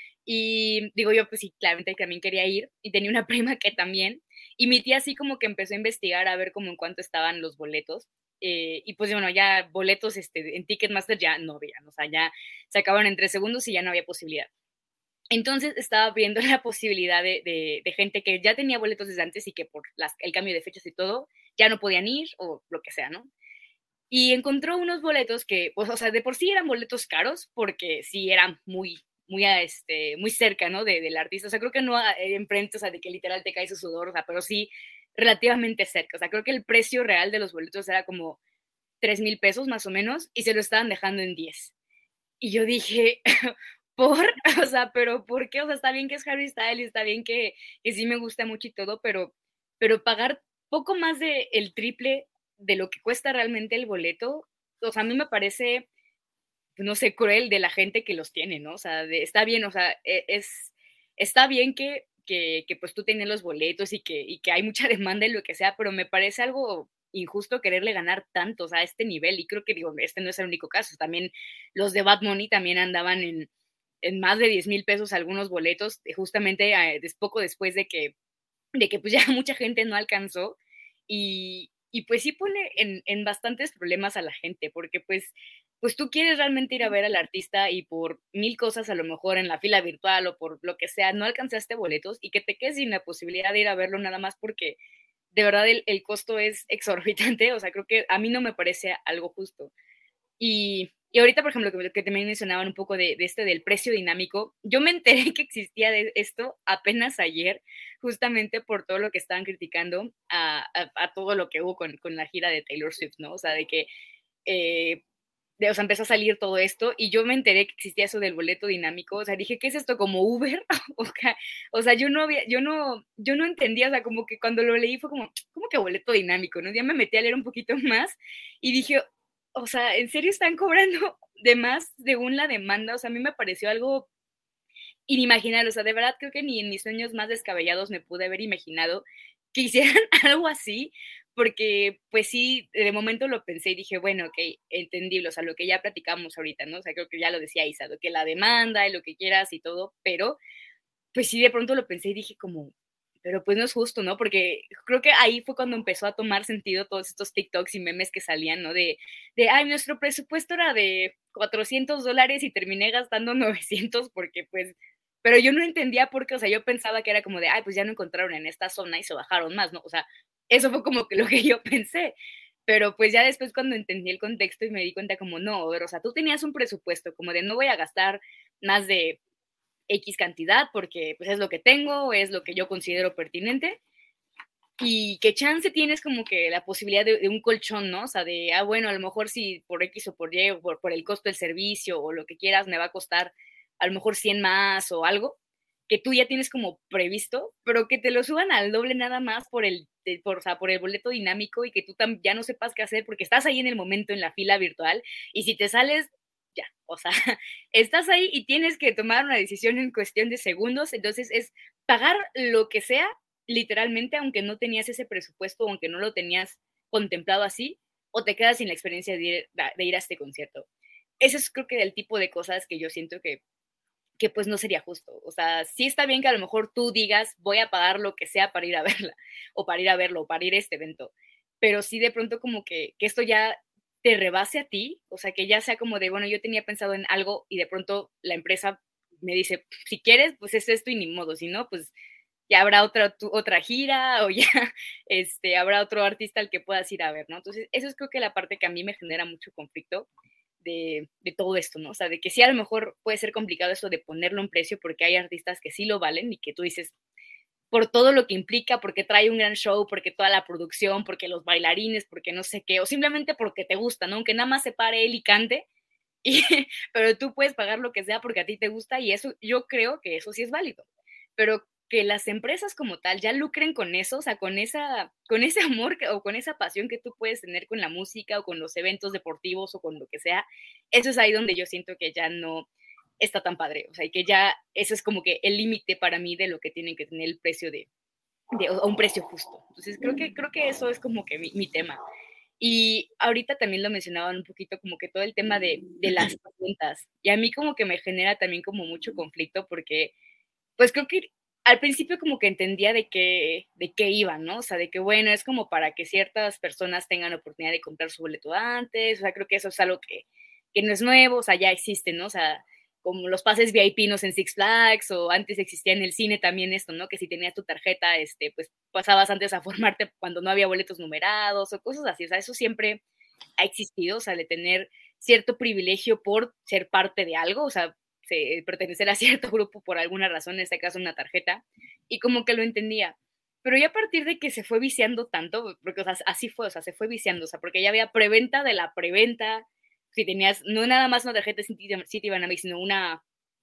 B: Y digo yo, pues sí, claramente también quería ir y tenía una prima que también, y mi tía así como que empezó a investigar a ver como en cuánto estaban los boletos. Eh, y pues bueno, ya boletos este, en Ticketmaster ya no habían, o sea, ya se acabaron en tres segundos y ya no había posibilidad. Entonces estaba viendo la posibilidad de, de, de gente que ya tenía boletos desde antes y que por las, el cambio de fechas y todo ya no podían ir o lo que sea, ¿no? Y encontró unos boletos que, pues, o sea, de por sí eran boletos caros porque sí eran muy, muy, este, muy cerca, ¿no? De, del artista. O sea, creo que no enfrente, o sea, de que literal te cae su sudor, o sea, pero sí relativamente cerca. O sea, creo que el precio real de los boletos era como tres mil pesos más o menos y se lo estaban dejando en diez. Y yo dije, ¿por? O sea, ¿pero por qué? O sea, está bien que es Harry Styles, está bien que, que sí me gusta mucho y todo, pero, pero pagar poco más de el triple de lo que cuesta realmente el boleto, o sea, a mí me parece, no sé, cruel de la gente que los tiene, ¿no? O sea, de, está bien, o sea, es, está bien que, que, que pues tú tienes los boletos y que, y que hay mucha demanda y lo que sea, pero me parece algo injusto quererle ganar tantos a este nivel y creo que digo, este no es el único caso, también los de Bad Bunny también andaban en, en más de diez mil pesos algunos boletos, justamente eh, poco después de que, de que pues ya mucha gente no alcanzó y, y pues sí pone en, en bastantes problemas a la gente, porque pues, pues tú quieres realmente ir a ver al artista y por mil cosas a lo mejor en la fila virtual o por lo que sea, no alcanzaste boletos y que te quedes sin la posibilidad de ir a verlo nada más porque de verdad el, el costo es exorbitante, o sea, creo que a mí no me parece algo justo. Y, y ahorita, por ejemplo, que, que también mencionaban un poco de, de este del precio dinámico, yo me enteré que existía de esto apenas ayer, justamente por todo lo que estaban criticando a, a, a todo lo que hubo con, con la gira de Taylor Swift, ¿no? O sea, de que eh, de, o sea, empezó a salir todo esto y yo me enteré que existía eso del boleto dinámico, o sea, dije, ¿qué es esto? ¿Como Uber? o, sea, o sea, yo no había, yo no, yo no entendía, o sea, como que cuando lo leí fue como, ¿cómo que boleto dinámico? ¿No? Ya me metí a leer un poquito más y dije, o sea, ¿en serio están cobrando de más según la demanda? O sea, a mí me pareció algo inimaginable, o sea, de verdad creo que ni en mis sueños más descabellados me pude haber imaginado que hicieran algo así, porque pues sí, de momento lo pensé y dije, bueno, ok, entendible, o sea, lo que ya platicamos ahorita, ¿no? O sea, creo que ya lo decía Isa, lo que la demanda y lo que quieras y todo, pero pues sí, de pronto lo pensé y dije como, pero pues no es justo, ¿no? Porque creo que ahí fue cuando empezó a tomar sentido todos estos TikToks y memes que salían, ¿no? De, de ay, nuestro presupuesto era de cuatrocientos dólares y terminé gastando novecientos porque pues, pero yo no entendía por qué, o sea, yo pensaba que era como de, ay, pues ya no encontraron en esta zona y se bajaron más, ¿no? O sea, eso fue como que lo que yo pensé. Pero pues ya después cuando entendí el contexto y me di cuenta como, no, o sea, tú tenías un presupuesto como de no voy a gastar más de X cantidad porque pues es lo que tengo, es lo que yo considero pertinente y que chance tienes como que la posibilidad de, de un colchón, ¿no? O sea, de, ah, bueno, a lo mejor si por X o por Y o por, por el costo del servicio o lo que quieras me va a costar a lo mejor cien más o algo, que tú ya tienes como previsto, pero que te lo suban al doble nada más por el, de, por, o sea, por el boleto dinámico y que tú tam, ya no sepas qué hacer porque estás ahí en el momento en la fila virtual y si te sales, ya, o sea, estás ahí y tienes que tomar una decisión en cuestión de segundos, entonces es pagar lo que sea, literalmente, aunque no tenías ese presupuesto o aunque no lo tenías contemplado así, o te quedas sin la experiencia de ir, de ir a este concierto. Ese es creo que el tipo de cosas que yo siento que que pues no sería justo. O sea, sí está bien que a lo mejor tú digas, voy a pagar lo que sea para ir a verla, o para ir a verlo, o para ir a este evento, pero sí de pronto como que, que esto ya te rebase a ti, o sea, que ya sea como de, bueno, yo tenía pensado en algo y de pronto la empresa me dice, si quieres, pues es esto y ni modo, si no, pues ya habrá otra, tu, otra gira o ya este, habrá otro artista al que puedas ir a ver, ¿no? Entonces, eso es creo que la parte que a mí me genera mucho conflicto de, de todo esto, ¿no? O sea, de que sí a lo mejor puede ser complicado eso de ponerlo en precio porque hay artistas que sí lo valen y que tú dices, por todo lo que implica, porque trae un gran show, porque toda la producción, porque los bailarines, porque no sé qué, o simplemente porque te gusta, ¿no? Aunque nada más se pare él y cante, y, pero tú puedes pagar lo que sea porque a ti te gusta y eso, yo creo que eso sí es válido. Pero que las empresas como tal ya lucren con eso, o sea, con, esa, con ese amor que, o con esa pasión que tú puedes tener con la música o con los eventos deportivos o con lo que sea, eso es ahí donde yo siento que ya no está tan padre, o sea, y que ya eso es como que el límite para mí de lo que tienen que tener el precio de, de o un precio justo. Entonces creo que, creo que eso es como que mi, mi tema. Y ahorita también lo mencionaban un poquito como que todo el tema de, de las preguntas. Y a mí como que me genera también como mucho conflicto porque pues creo que al principio como que entendía de qué, de qué iban, ¿no? O sea, de que bueno, es como para que ciertas personas tengan la oportunidad de comprar su boleto antes, o sea, creo que eso es algo que, que no es nuevo, o sea, ya existe, ¿no? O sea, como los pases V I P no en Six Flags, o antes existía en el cine también esto, ¿no? Que si tenías tu tarjeta, este, pues pasabas antes a formarte cuando no había boletos numerados o cosas así, o sea, eso siempre ha existido, o sea, de tener cierto privilegio por ser parte de algo, o sea, se, pertenecer a cierto grupo por alguna razón, en este caso una tarjeta, y como que lo entendía. Pero ya a partir de que se fue viciando tanto, porque o sea, así fue, o sea, se fue viciando, o sea, porque ya había preventa de la preventa, si tenías, no nada más una tarjeta Citibanamex, sino una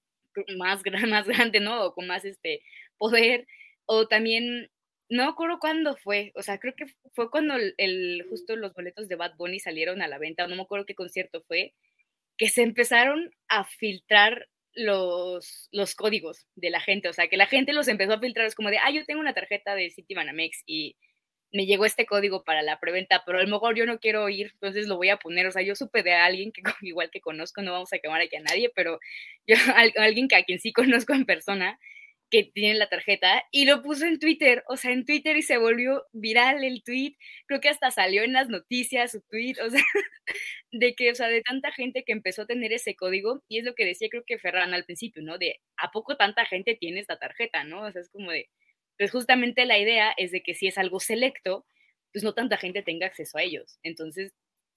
B: más, más grande, ¿no? O con más este poder, o también, no me acuerdo cuándo fue, o sea, creo que fue cuando el, el, justo los boletos de Bad Bunny salieron a la venta, no me acuerdo qué concierto fue, que se empezaron a filtrar los, los códigos de la gente, o sea, que la gente los empezó a filtrar, es como de, ah, yo tengo una tarjeta de Citibanamex y me llegó este código para la preventa, pero a lo mejor yo no quiero ir, entonces lo voy a poner, o sea, yo supe de alguien que igual que conozco, no vamos a quemar aquí a nadie, pero yo, a alguien que a quien sí conozco en persona, que tiene la tarjeta, y lo puso en Twitter, o sea, en Twitter y se volvió viral el tweet, creo que hasta salió en las noticias su tweet, o sea, de que, o sea, de tanta gente que empezó a tener ese código, y es lo que decía creo que Ferran al principio, ¿no? De, ¿a poco tanta gente tiene esta tarjeta, no? O sea, es como de, pues justamente la idea es de que si es algo selecto, pues no tanta gente tenga acceso a ellos. Entonces,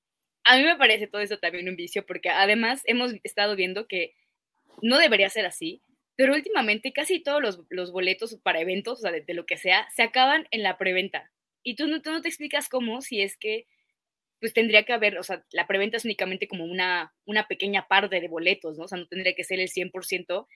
B: a mí me parece todo eso también un vicio, porque además hemos estado viendo que no debería ser así, pero últimamente casi todos los, los boletos para eventos, o sea, de, de lo que sea, se acaban en la preventa. Y tú no, tú no te explicas cómo, si es que pues tendría que haber, o sea, la preventa es únicamente como una, una pequeña parte de boletos, ¿no? O sea, no tendría que ser el cien por ciento.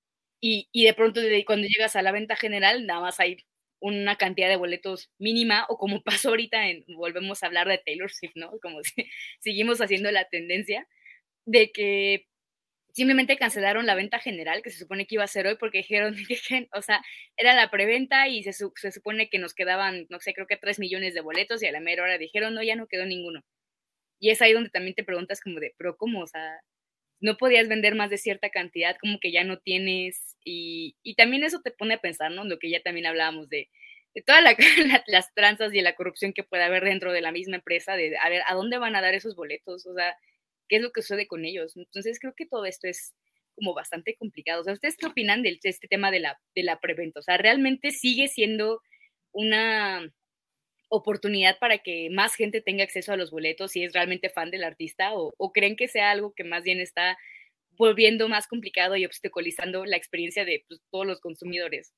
B: Y, y de pronto de, cuando llegas a la venta general, nada más hay una cantidad de boletos mínima, o como pasó ahorita, en, volvemos a hablar de Taylor Swift, ¿no? Como si seguimos haciendo la tendencia de que simplemente cancelaron la venta general, que se supone que iba a ser hoy, porque dijeron, o sea, era la preventa y se, se supone que nos quedaban, no sé, creo que tres millones de boletos, y a la mera hora dijeron, no, ya no quedó ninguno. Y es ahí donde también te preguntas como de, pero ¿cómo? O sea, no podías vender más de cierta cantidad, como que ya no tienes, y, y también eso te pone a pensar, ¿no? Lo que ya también hablábamos de, de todas la, la, las tranzas y la corrupción que puede haber dentro de la misma empresa, de a ver, ¿a dónde van a dar esos boletos? O sea, ¿qué es lo que sucede con ellos? Entonces creo que todo esto es como bastante complicado. O sea, ¿ustedes qué opinan de este tema de la, de la preventa? O sea, ¿realmente sigue siendo una oportunidad para que más gente tenga acceso a los boletos si es realmente fan del artista? ¿O, o creen que sea algo que más bien está volviendo más complicado y obstaculizando la experiencia de pues, todos los consumidores?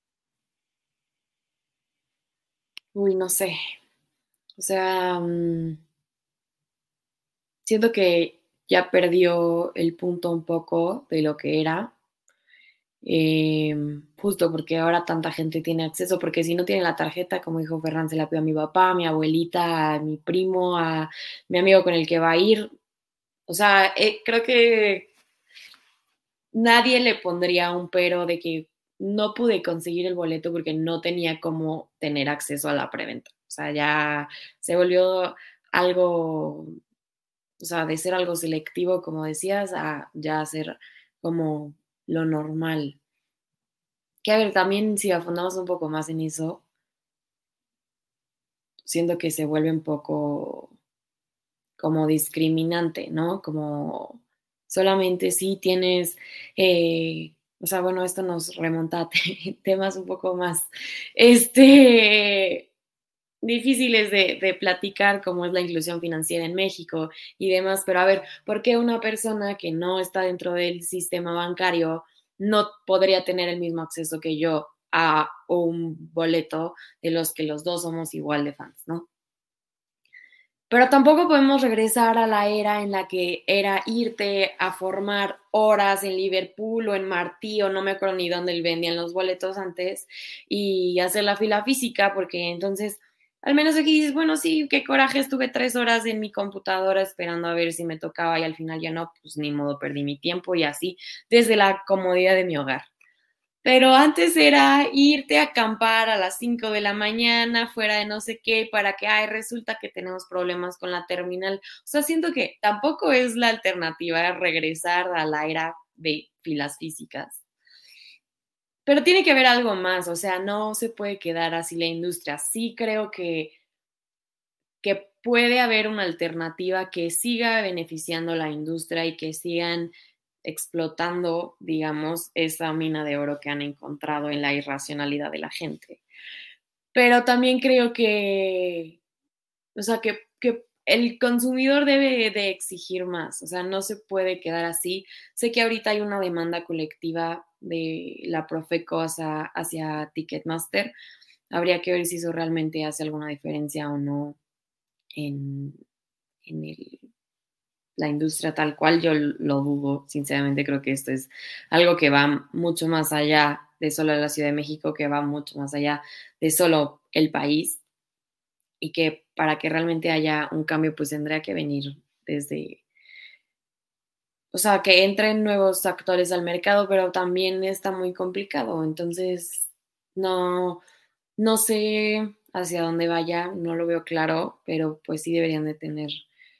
C: Uy, no sé. O sea, um, siento que ya perdió el punto un poco de lo que era. Eh, justo porque ahora tanta gente tiene acceso, porque si no tiene la tarjeta, como dijo Ferran, se la pido a mi papá, a mi abuelita, a mi primo, a mi amigo con el que va a ir. O sea, eh, creo que nadie le pondría un pero de que no pude conseguir el boleto porque no tenía cómo tener acceso a la preventa. O sea, ya se volvió algo, o sea, de ser algo selectivo, como decías, a ya ser como lo normal. Que a ver, también si afundamos un poco más en eso, siento que se vuelve un poco como discriminante, ¿no? Como solamente si tienes, eh, o sea, bueno, esto nos remonta a te- temas un poco más, este, difíciles de, de platicar, como es la inclusión financiera en México y demás, pero a ver, ¿por qué una persona que no está dentro del sistema bancario no podría tener el mismo acceso que yo a un boleto de los que los dos somos igual de fans, ¿no? Pero tampoco podemos regresar a la era en la que era irte a formar horas en Liverpool o en Martí o no me acuerdo ni dónde vendían los boletos antes y hacer la fila física, porque entonces al menos aquí dices, bueno, sí, qué coraje, estuve tres horas en mi computadora esperando a ver si me tocaba y al final ya no, pues ni modo, perdí mi tiempo y así desde la comodidad de mi hogar. Pero antes era irte a acampar a las cinco de la mañana fuera de no sé qué para que, ay, resulta que tenemos problemas con la terminal. O sea, siento que tampoco es la alternativa regresar a la era de filas físicas. Pero tiene que haber algo más, o sea, no se puede quedar así la industria. Sí creo que, que puede haber una alternativa que siga beneficiando la industria y que sigan explotando, digamos, esa mina de oro que han encontrado en la irracionalidad de la gente. Pero también creo que, o sea, que, que el consumidor debe de exigir más, o sea, no se puede quedar así. Sé que ahorita hay una demanda colectiva de la Profeco hacia, hacia Ticketmaster. Habría que ver si eso realmente hace alguna diferencia o no en, en el la industria tal cual, yo lo dudo, sinceramente creo que esto es algo que va mucho más allá de solo la Ciudad de México, que va mucho más allá de solo el país y que para que realmente haya un cambio pues tendría que venir desde, o sea, que entren nuevos actores al mercado, pero también está muy complicado, entonces no, no sé hacia dónde vaya, no lo veo claro, pero pues sí deberían de tener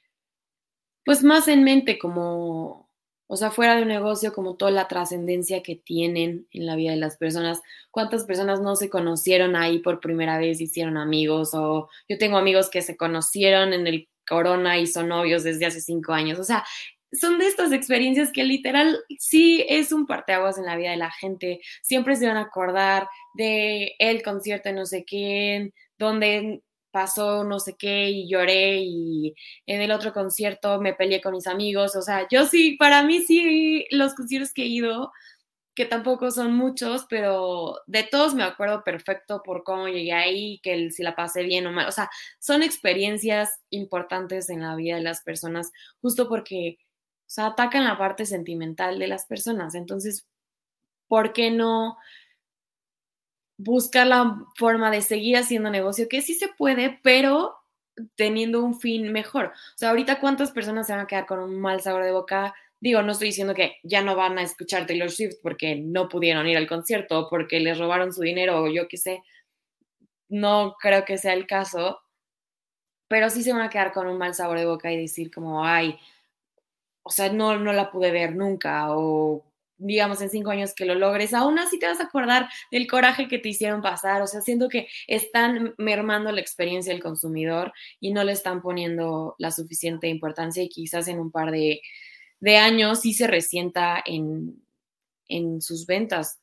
C: pues más en mente como, o sea, fuera de un negocio, como toda la trascendencia que tienen en la vida de las personas. ¿Cuántas personas no se conocieron ahí por primera vez, hicieron amigos? O yo tengo amigos que se conocieron en el Corona y son novios desde hace cinco años. O sea, son de estas experiencias que literal sí es un parteaguas en la vida de la gente. Siempre se van a acordar de el concierto de no sé quién, donde pasó no sé qué y lloré y en el otro concierto me peleé con mis amigos, o sea, yo sí, para mí sí, los conciertos que he ido, que tampoco son muchos, pero de todos me acuerdo perfecto por cómo llegué ahí, que el, si la pasé bien o mal, o sea, son experiencias importantes en la vida de las personas, justo porque, o sea, atacan la parte sentimental de las personas, entonces, ¿por qué no buscar la forma de seguir haciendo negocio? Que sí se puede, pero teniendo un fin mejor. O sea, ahorita cuántas personas se van a quedar con un mal sabor de boca. Digo, no estoy diciendo que ya no van a escuchar Taylor Swift porque no pudieron ir al concierto o porque les robaron su dinero o yo qué sé. No creo que sea el caso, pero sí se van a quedar con un mal sabor de boca y decir como, ay, o sea, no, no la pude ver nunca o digamos, en cinco años que lo logres, aún así te vas a acordar del coraje que te hicieron pasar. O sea, siento que están mermando la experiencia del consumidor y no le están poniendo la suficiente importancia y quizás en un par de, de años sí se resienta en, en sus ventas.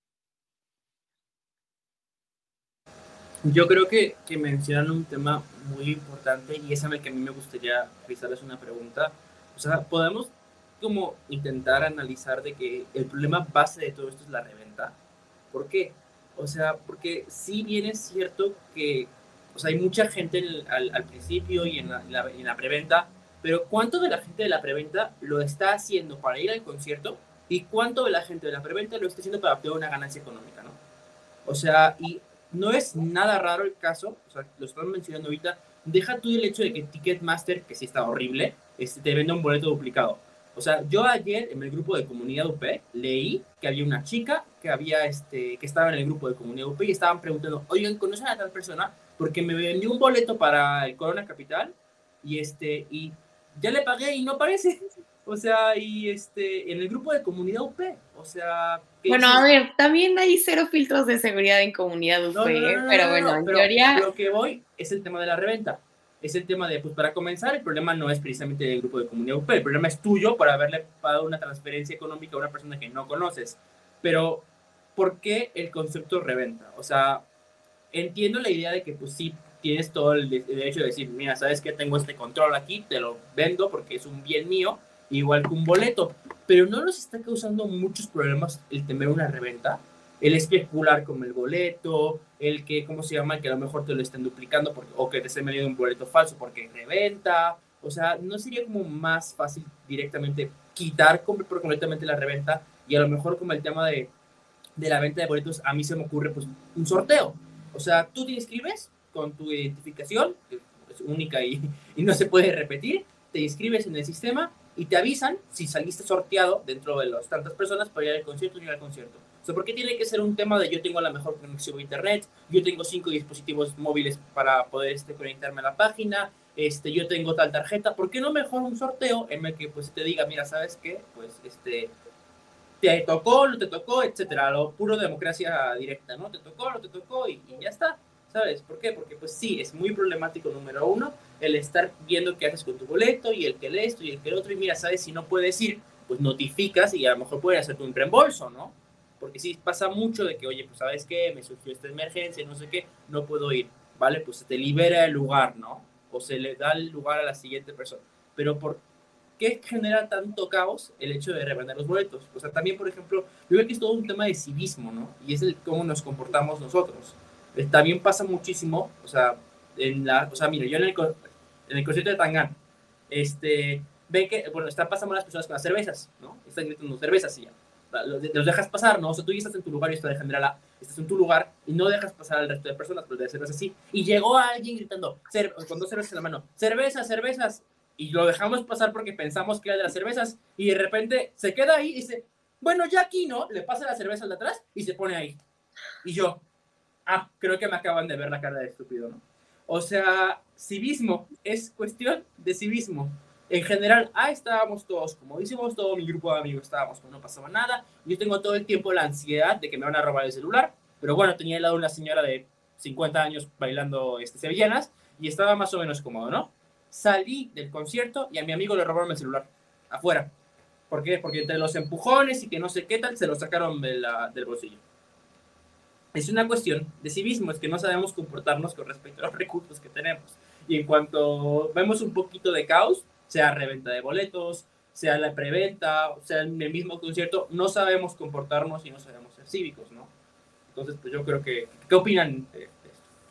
D: Yo creo que, que mencionan un tema muy importante y es en el que a mí me gustaría realizarles una pregunta. O sea, podemos como intentar analizar de que el problema base de todo esto es la reventa. ¿Por qué? O sea, porque sí bien es cierto que, o sea, hay mucha gente en, al, al principio y en la, en, la, en la preventa, pero ¿cuánto de la gente de la preventa lo está haciendo para ir al concierto y cuánto de la gente de la preventa lo está haciendo para obtener una ganancia económica, ¿no? O sea, y no es nada raro el caso, o sea, lo están mencionando ahorita, deja tú el hecho de que Ticketmaster, que sí está horrible, este, te venda un boleto duplicado. O sea, yo ayer en el grupo de Comunidad U P leí que había una chica que había, este, que estaba en el grupo de Comunidad U P y estaban preguntando, oigan, ¿conocen a tal persona? Porque me vendió un boleto para el Corona Capital y, este, y ya le pagué y no aparece. O sea, y este, en el grupo de Comunidad U P, o sea...
C: Bueno, a ver, también hay cero filtros de seguridad en Comunidad U P,
D: no, no, no, no,
C: pero
D: no,
C: bueno,
D: no,
C: en
D: pero
C: teoría...
D: lo que voy es el tema de la reventa. Es el tema de, pues para comenzar, el problema no es precisamente del grupo de Comunidad U P, el problema es tuyo por haberle pagado una transferencia económica a una persona que no conoces. Pero, ¿por qué el concepto reventa? O sea, entiendo la idea de que, pues sí, tienes todo el derecho de decir, mira, sabes que tengo este control aquí, te lo vendo porque es un bien mío, igual que un boleto, pero ¿no nos está causando muchos problemas el temer una reventa? El especular con el boleto, el que, ¿cómo se llama? El que a lo mejor te lo estén duplicando porque, o que te estén vendiendo un boleto falso porque reventa. O sea, ¿no sería como más fácil directamente quitar completamente la reventa? Y a lo mejor como el tema de, de la venta de boletos, a mí se me ocurre pues un sorteo. O sea, tú te inscribes con tu identificación, que es única y, y no se puede repetir, te inscribes en el sistema y te avisan si saliste sorteado dentro de las tantas personas para ir al concierto o ir al concierto. O sea, ¿por qué tiene que ser un tema de yo tengo la mejor conexión a internet, yo tengo cinco dispositivos móviles para poder este, conectarme a la página, este, yo tengo tal tarjeta? ¿Por qué no mejor un sorteo en el que pues te diga, mira, ¿sabes qué? Pues este, te tocó, no te tocó, etcétera, lo puro democracia directa, ¿no? Te tocó, no te tocó y, y ya está. ¿Sabes por qué? Porque pues sí, es muy problemático, número uno, el estar viendo qué haces con tu boleto y el que el esto y el que el otro, y mira, ¿sabes? Si no puedes ir, pues notificas y a lo mejor pueden hacerte un reembolso, ¿no? Porque sí pasa mucho de que, oye, pues ¿sabes qué? Me surgió esta emergencia, no sé qué, no puedo ir, ¿vale? Pues se te libera el lugar, ¿no? O se le da el lugar a la siguiente persona. Pero ¿por qué genera tanto caos el hecho de revender los boletos? O sea, también, por ejemplo, yo creo que es todo un tema de civismo, ¿no? Y es el cómo nos comportamos nosotros. También pasa muchísimo, o sea, en la, o sea, mira, yo en el, en el concierto de Tangán, este, ven que, bueno, están pasando las personas con las cervezas, ¿no? Están gritando cervezas y ya. Los dejas pasar, ¿no? O sea, tú ya estás en tu lugar y esto de general A, estás en tu lugar y no dejas pasar al resto de personas, pero de cervezas sí. Y llegó alguien gritando, con dos cervezas en la mano, cervezas, cervezas. Y lo dejamos pasar porque pensamos que era de las cervezas. Y de repente se queda ahí y dice, bueno, ya aquí, ¿no? Le pasa la cerveza al de atrás y se pone ahí. Y yo, ah, creo que me acaban de ver la cara de estúpido, ¿no? O sea, civismo, es cuestión de civismo. En general, ah, estábamos todos, como hicimos todo mi grupo de amigos, estábamos, no pasaba nada. Yo tengo todo el tiempo la ansiedad de que me van a robar el celular, pero bueno, tenía al lado una señora de cincuenta años bailando este, sevillanas y estaba más o menos cómodo, ¿no? Salí del concierto y a mi amigo le robaron el celular, afuera. ¿Por qué? Porque entre los empujones y que no sé qué tal, se lo sacaron de la, del bolsillo. Es una cuestión de civismo, es que no sabemos comportarnos con respecto a los recursos que tenemos. Y en cuanto vemos un poquito de caos, sea reventa de boletos, sea la preventa, sea en el mismo concierto, no sabemos comportarnos y no sabemos ser cívicos, ¿no? Entonces, pues yo creo que, ¿qué opinan de esto?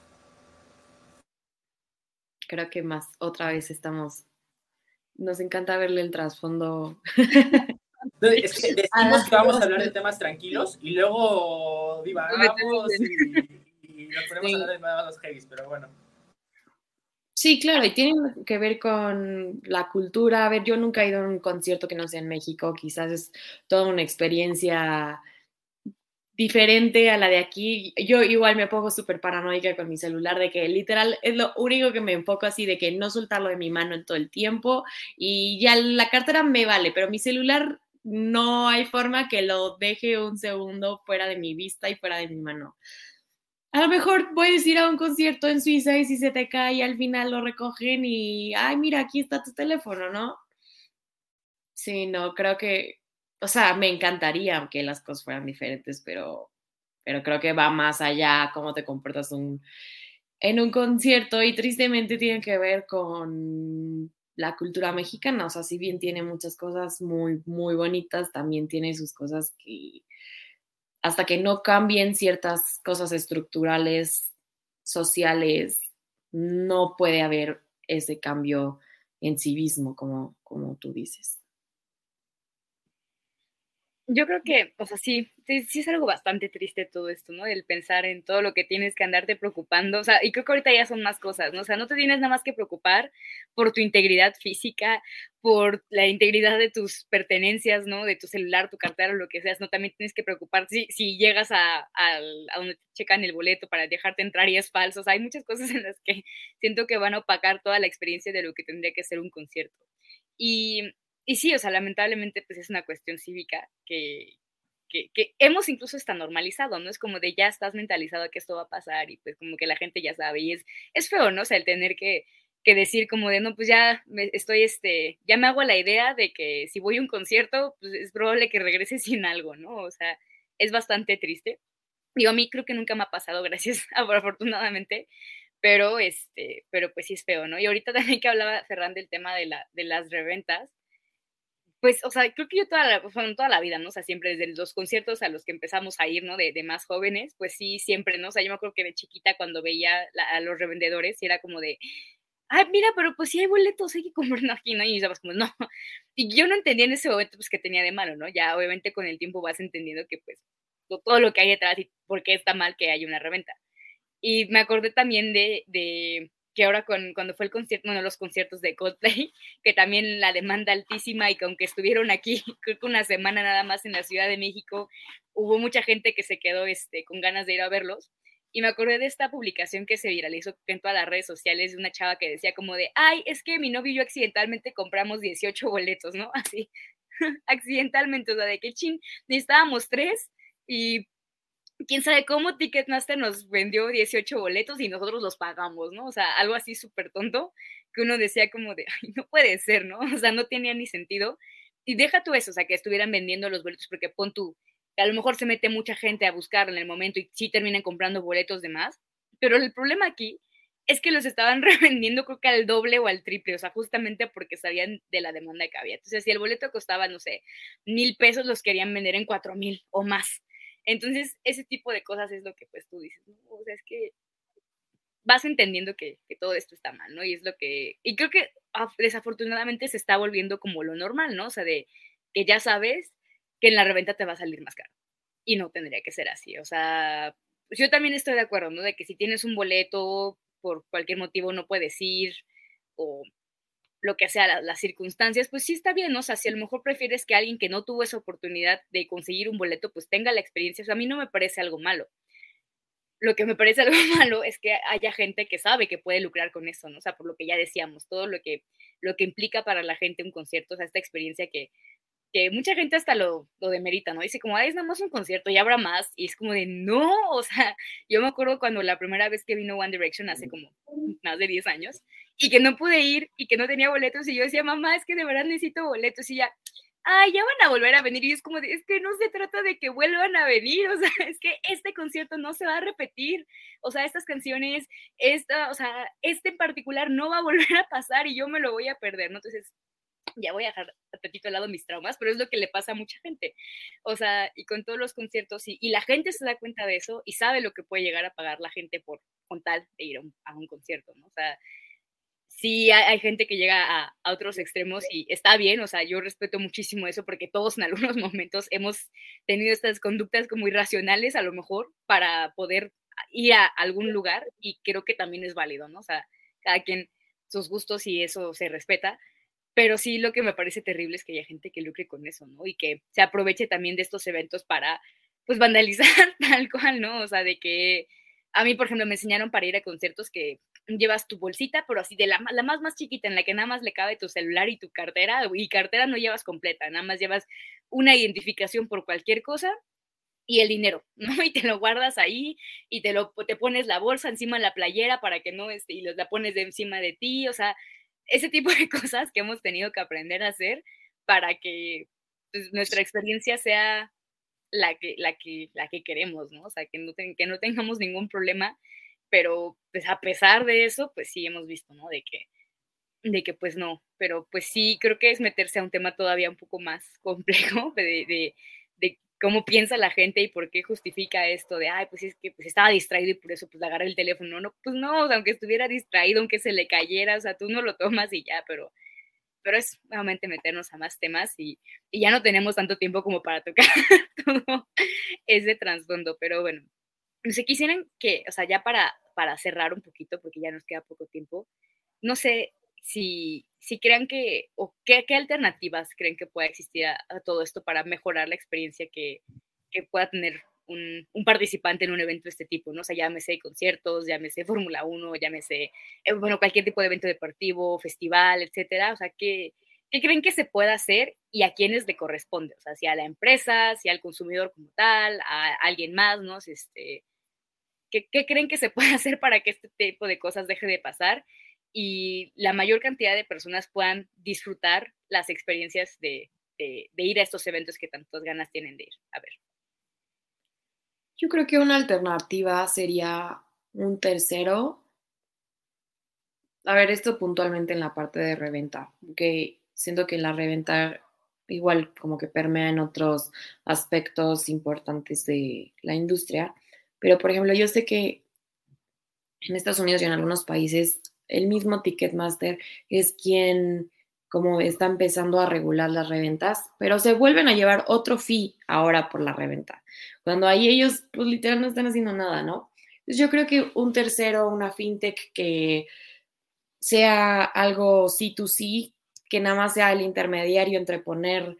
C: Creo que más, otra vez estamos, nos encanta verle el trasfondo.
D: Entonces, es que decimos que vamos a hablar de temas tranquilos y luego divagamos y, y nos ponemos sí. a hablar de más heavy, pero bueno.
C: Sí, claro, y tiene que ver con la cultura. A ver, yo nunca he ido a un concierto que no sea en México, quizás es toda una experiencia diferente a la de aquí. Yo igual me pongo súper paranoica con mi celular de que literal es lo único que me enfoco así, de que no soltarlo de mi mano en todo el tiempo y ya la cartera me vale, pero mi celular no hay forma que lo deje un segundo fuera de mi vista y fuera de mi mano. A lo mejor puedes ir a un concierto en Suiza y si se te cae al final lo recogen y, ay, mira, aquí está tu teléfono, ¿no? Sí, no, creo que, o sea, me encantaría que las cosas fueran diferentes, pero, pero creo que va más allá cómo te comportas un, en un concierto y tristemente tiene que ver con la cultura mexicana, o sea, si bien tiene muchas cosas muy, muy bonitas, también tiene sus cosas que hasta que no cambien ciertas cosas estructurales, sociales, no puede haber ese cambio en civismo, como, como tú dices.
B: Yo creo que, o sea, sí, sí, sí es algo bastante triste todo esto, ¿no? El pensar en todo lo que tienes que andarte preocupando, o sea, y creo que ahorita ya son más cosas, ¿no? O sea, no te tienes nada más que preocupar por tu integridad física, por la integridad de tus pertenencias, ¿no? De tu celular, tu cartera, lo que seas, ¿no? También tienes que preocupar si, si llegas a, a, a donde te checan el boleto para dejarte entrar y es falso, o sea, hay muchas cosas en las que siento que van a opacar toda la experiencia de lo que tendría que ser un concierto. Y y sí, o sea, lamentablemente, pues es una cuestión cívica que, que, que hemos incluso está normalizado, ¿no? Es como de ya estás mentalizado que esto va a pasar y pues como que la gente ya sabe y es, es feo, ¿no? O sea, el tener que, que decir como de, no, pues ya me estoy, este, ya me hago la idea de que si voy a un concierto, pues es probable que regrese sin algo, ¿no? O sea, es bastante triste. Digo, a mí creo que nunca me ha pasado, gracias, afortunadamente, pero, este, pero pues sí es feo, ¿no? Y ahorita también que hablaba Ferran del tema de, la, de las reventas, pues, o sea, creo que yo toda la, bueno, toda la vida, ¿no? O sea, siempre desde los conciertos a los que empezamos a ir, ¿no? De, de más jóvenes, pues sí, siempre, ¿no? O sea, yo me acuerdo que de chiquita cuando veía la, a los revendedores, y era como de, ay, mira, pero pues sí hay boletos, hay que comprarnos aquí, ¿no? Y estabas como, no. Y yo no entendía en ese momento, pues, que tenía de malo, ¿no? Ya, obviamente, con el tiempo vas entendiendo que, pues, todo lo que hay detrás y por qué está mal que haya una reventa. Y me acordé también de, de que ahora con, cuando fue el concierto, bueno, los conciertos de Coldplay, que también la demanda altísima y que aunque estuvieron aquí, creo que una semana nada más en la Ciudad de México, hubo mucha gente que se quedó este, con ganas de ir a verlos. Y me acordé de esta publicación que se viralizó en todas las redes sociales de una chava que decía como de, ay, es que mi novio y yo accidentalmente compramos dieciocho boletos, ¿no? Así, accidentalmente, o sea, de que chin, necesitábamos tres y quién sabe cómo Ticketmaster nos vendió dieciocho boletos y nosotros los pagamos, ¿no? O sea, algo así súper tonto que uno decía como de, ay, no puede ser, ¿no? O sea, no tenía ni sentido. Y deja tú eso, o sea, que estuvieran vendiendo los boletos, porque pon tú, que a lo mejor se mete mucha gente a buscar en el momento y sí terminan comprando boletos de más, pero el problema aquí es que los estaban revendiendo creo que al doble o al triple, o sea, justamente porque sabían de la demanda que había. Entonces, si el boleto costaba, no sé, mil pesos, los querían vender en cuatro mil o más. Entonces, ese tipo de cosas es lo que pues tú dices, ¿no? O sea, es que vas entendiendo que, que todo esto está mal, ¿no? Y es lo que, y creo que desafortunadamente se está volviendo como lo normal, ¿no? O sea, de que ya sabes que en la reventa te va a salir más caro. Y no tendría que ser así, o sea, pues yo también estoy de acuerdo, ¿no? De que si tienes un boleto, por cualquier motivo no puedes ir, o lo que sea, la, las circunstancias, pues sí está bien, ¿no? O sea, si a lo mejor prefieres que alguien que no tuvo esa oportunidad de conseguir un boleto, pues tenga la experiencia, o sea, a mí no me parece algo malo. Lo que me parece algo malo es que haya gente que sabe que puede lucrar con eso, ¿no? O sea, por lo que ya decíamos, todo lo que, lo que implica para la gente un concierto, o sea, esta experiencia que, que mucha gente hasta lo, lo demerita, ¿no? Dice como, ay, es nada más un concierto, ya habrá más, y es como de, no, o sea, yo me acuerdo cuando la primera vez que vino One Direction hace como más de diez años, y que no pude ir, y que no tenía boletos, y yo decía, mamá, es que de verdad necesito boletos, y ya, ay, ya van a volver a venir, y es como de, es que no se trata de que vuelvan a venir, o sea, es que este concierto no se va a repetir, o sea, estas canciones, esta, o sea, este en particular no va a volver a pasar, y yo me lo voy a perder, ¿no? Entonces, ya voy a dejar un poquito al lado mis traumas, pero es lo que le pasa a mucha gente. O sea, y con todos los conciertos, y, y la gente se da cuenta de eso y sabe lo que puede llegar a pagar la gente por con tal de ir a un, a un concierto, ¿no? O sea, sí hay, hay gente que llega a, a otros extremos y está bien, o sea, yo respeto muchísimo eso porque todos en algunos momentos hemos tenido estas conductas como irracionales a lo mejor para poder ir a algún lugar y creo que también es válido, ¿no? O sea, cada quien sus gustos y eso se respeta, pero sí lo que me parece terrible es que haya gente que lucre con eso, ¿no? Y que se aproveche también de estos eventos para, pues, vandalizar tal cual, ¿no? O sea, de que a mí, por ejemplo, me enseñaron para ir a conciertos que llevas tu bolsita, pero así de la, la más más chiquita, en la que nada más le cabe tu celular y tu cartera, y cartera no llevas completa, nada más llevas una identificación por cualquier cosa y el dinero, ¿no? Y te lo guardas ahí y te, lo, te pones la bolsa encima de la playera para que no, este, y la pones de encima de ti, o sea, ese tipo de cosas que hemos tenido que aprender a hacer para que pues, nuestra experiencia sea la que, la que, la que queremos, ¿no? O sea, que no, ten, que no tengamos ningún problema, pero pues a pesar de eso, pues sí hemos visto, ¿no? De que, de que pues no, pero pues sí, creo que es meterse a un tema todavía un poco más complejo de, de, de cómo piensa la gente y por qué justifica esto de, ay, pues es que pues estaba distraído y por eso pues agarré el teléfono, no, pues no, o sea, aunque estuviera distraído, aunque se le cayera, o sea, tú no lo tomas y ya, pero pero es nuevamente meternos a más temas y, y ya no tenemos tanto tiempo como para tocar todo ese trasfondo, pero bueno, no sé, quisieran que, o sea, ya para, para cerrar un poquito, porque ya nos queda poco tiempo, no sé si, si crean que, o qué, qué alternativas creen que pueda existir a, a todo esto para mejorar la experiencia que, que pueda tener un, un participante en un evento de este tipo, ¿no? O sea, llámese conciertos, llámese Fórmula uno, llámese, eh, bueno, cualquier tipo de evento deportivo, festival, etcétera. O sea, ¿qué, ¿qué creen que se pueda hacer y a quiénes le corresponde? O sea, si a la empresa, si al consumidor como tal, a alguien más, ¿no? Este, ¿qué, ¿Qué creen que se puede hacer para que este tipo de cosas deje de pasar y la mayor cantidad de personas puedan disfrutar las experiencias de, de, de ir a estos eventos que tantas ganas tienen de ir? A ver.
C: Yo creo que una alternativa sería un tercero. A ver, esto puntualmente en la parte de reventa, que siento que la reventa igual como que permea en otros aspectos importantes de la industria, pero por ejemplo, yo sé que en Estados Unidos y en algunos países el mismo Ticketmaster es quien como está empezando a regular las reventas, pero se vuelven a llevar otro fee ahora por la reventa, cuando ahí ellos pues literal no están haciendo nada, ¿no? Entonces yo creo que un tercero, una fintech que sea algo C dos C, que nada más sea el intermediario entre poner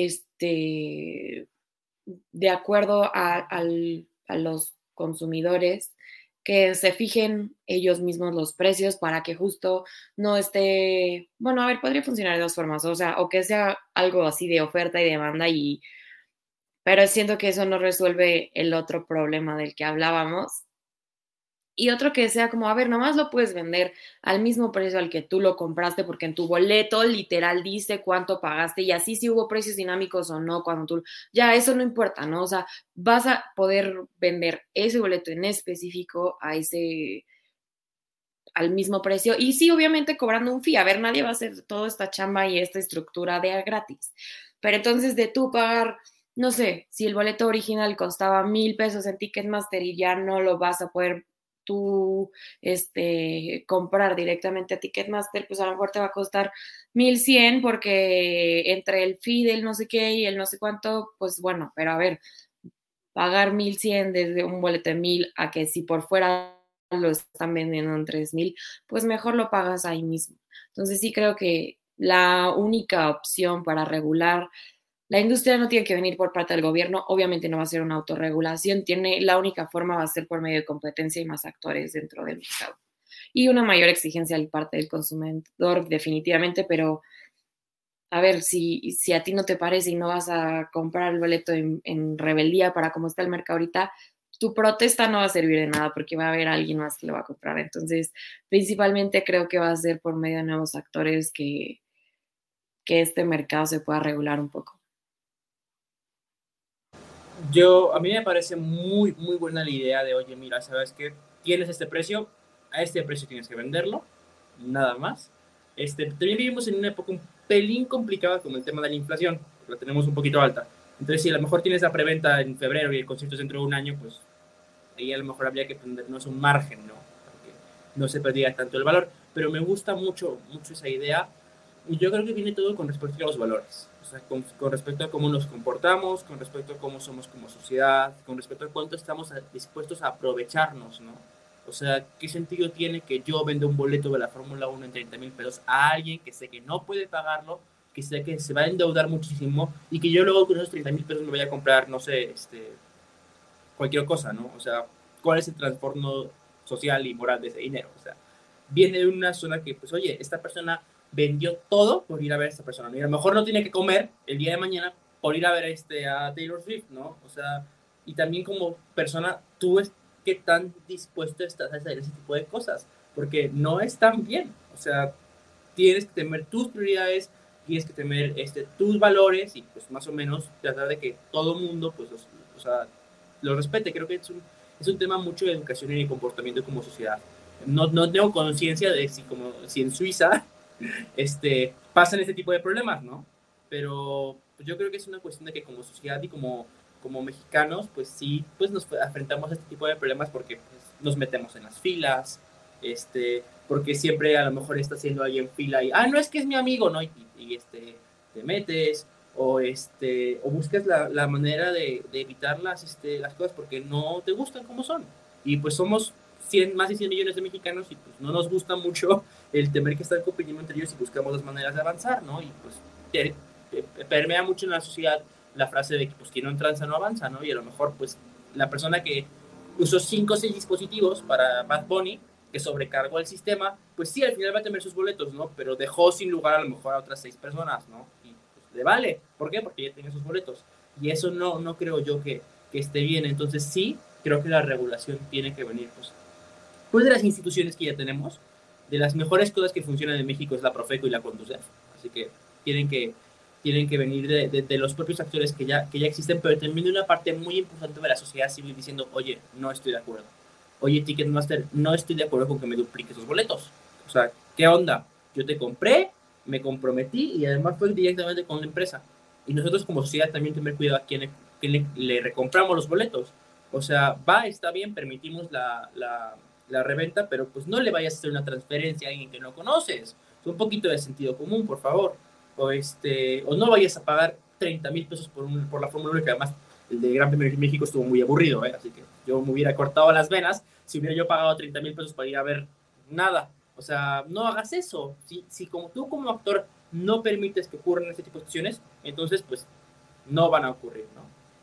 C: este, de acuerdo a, al, a los consumidores, que se fijen ellos mismos los precios para que justo no esté, bueno, a ver, podría funcionar de dos formas, o sea, o que sea algo así de oferta y demanda, y, pero siento que eso no resuelve el otro problema del que hablábamos. Y otro que sea como, a ver, nomás lo puedes vender al mismo precio al que tú lo compraste, porque en tu boleto literal dice cuánto pagaste y así si hubo precios dinámicos o no cuando tú, ya eso no importa, ¿no? O sea, vas a poder vender ese boleto en específico a ese, al mismo precio y sí, obviamente cobrando un fee. A ver, nadie va a hacer toda esta chamba y esta estructura de gratis. Pero entonces de tú pagar, no sé, si el boleto original costaba mil pesos en Ticketmaster y ya no lo vas a poder tú este, comprar directamente a Ticketmaster, pues a lo mejor te va a costar mil cien porque entre el fee del no sé qué y el no sé cuánto, pues bueno, pero a ver, pagar mil cien desde un boleto de mil a que si por fuera lo están vendiendo en tres mil, pues mejor lo pagas ahí mismo. Entonces sí creo que la única opción para regular la industria no tiene que venir por parte del gobierno, obviamente no va a ser una autorregulación, tiene, la única forma va a ser por medio de competencia y más actores dentro del mercado. Y una mayor exigencia de parte del consumidor, definitivamente, pero a ver, si, si a ti no te parece y no vas a comprar el boleto en, en rebeldía para cómo está el mercado ahorita, tu protesta no va a servir de nada porque va a haber alguien más que lo va a comprar. Entonces, principalmente creo que va a ser por medio de nuevos actores que, que este mercado se pueda regular un poco.
D: Yo, a mí me parece muy, muy buena la idea de, oye, mira, ¿sabes qué? Tienes este precio, a este precio tienes que venderlo, nada más. Este, también vivimos en una época un pelín complicada con el tema de la inflación, la tenemos un poquito alta. Entonces, si a lo mejor tienes la preventa en febrero y el concierto es dentro de un año, pues ahí a lo mejor habría que ponernos un margen, ¿no? Para que no se perdiera tanto el valor. Pero me gusta mucho, mucho esa idea. Y yo creo que viene todo con respecto a los valores, o sea, con, con respecto a cómo nos comportamos, con respecto a cómo somos como sociedad, con respecto a cuánto estamos a, dispuestos a aprovecharnos, ¿no? O sea, ¿qué sentido tiene que yo venda un boleto de la Fórmula uno en treinta mil pesos a alguien que sé que no puede pagarlo, que sé que se va a endeudar muchísimo y que yo luego con esos treinta mil pesos me voy a comprar, no sé, este, cualquier cosa, ¿no? O sea, cuál es el trastorno social y moral de ese dinero. O sea, viene de una zona que, pues, oye, esta persona vendió todo por ir a ver a esta persona, ¿no? Y a lo mejor no tiene que comer el día de mañana por ir a ver este, a Taylor Swift, ¿no? O sea, y también como persona, tú es qué tan dispuesto estás a hacer ese tipo de cosas, porque no es tan bien. O sea, tienes que tener tus prioridades, tienes que tener este, tus valores y pues más o menos tratar de que todo el mundo pues los, o sea, lo respete. Creo que es un, es un tema mucho de educación y de comportamiento como sociedad. No, no tengo conciencia de si, como, si en Suiza este, pasan este tipo de problemas, ¿no? Pero pues, yo creo que es una cuestión de que como sociedad y como, como mexicanos, pues sí, pues nos enfrentamos a este tipo de problemas porque pues, nos metemos en las filas, este, porque siempre a lo mejor está haciendo ahí en fila y, ah, no, es que es mi amigo, ¿no? Y, y este, te metes o, este, o buscas la, la manera de, de evitar las, este, las cosas porque no te gustan como son. Y pues somos cien, más de cien millones de mexicanos y pues no nos gusta mucho el tener que estar compitiendo entre ellos y buscamos las maneras de avanzar, ¿no? Y pues te, te, permea mucho en la sociedad la frase de que pues quien no tranza no avanza, ¿no? Y a lo mejor pues la persona que usó cinco o seis dispositivos para Bad Bunny, que sobrecargó el sistema, pues sí, al final va a tener sus boletos, ¿no? Pero dejó sin lugar a lo mejor a otras seis personas, ¿no? Y pues le vale. ¿Por qué? Porque ya tiene sus boletos. Y eso no, no creo yo que, que esté bien. Entonces sí, creo que la regulación tiene que venir, pues, pues de las instituciones que ya tenemos. De las mejores cosas que funcionan en México es la Profeco y la Conducef. Así que tienen que, tienen que venir de, de, de los propios actores que ya, que ya existen, pero también de una parte muy importante de la sociedad civil diciendo, oye, no estoy de acuerdo. Oye, Ticketmaster, no estoy de acuerdo con que me dupliques los boletos. O sea, ¿qué onda? Yo te compré, me comprometí y además fue directamente con la empresa. Y nosotros como sociedad también tener cuidado a quién le, quién le, le recompramos los boletos. O sea, va, está bien, permitimos la, la, la reventa, pero pues no le vayas a hacer una transferencia a alguien que no conoces. Es un poquito de sentido común, por favor. O, este, o no vayas a pagar treinta mil pesos por, un, por la Fórmula uno, que además el de Gran Premio de México estuvo muy aburrido, ¿eh? Así que yo me hubiera cortado las venas si hubiera yo pagado treinta mil pesos para ir a ver nada. O sea, no hagas eso. Si, si como tú como actor no permites que ocurran este tipo de situaciones, entonces pues no van a ocurrir, ¿no?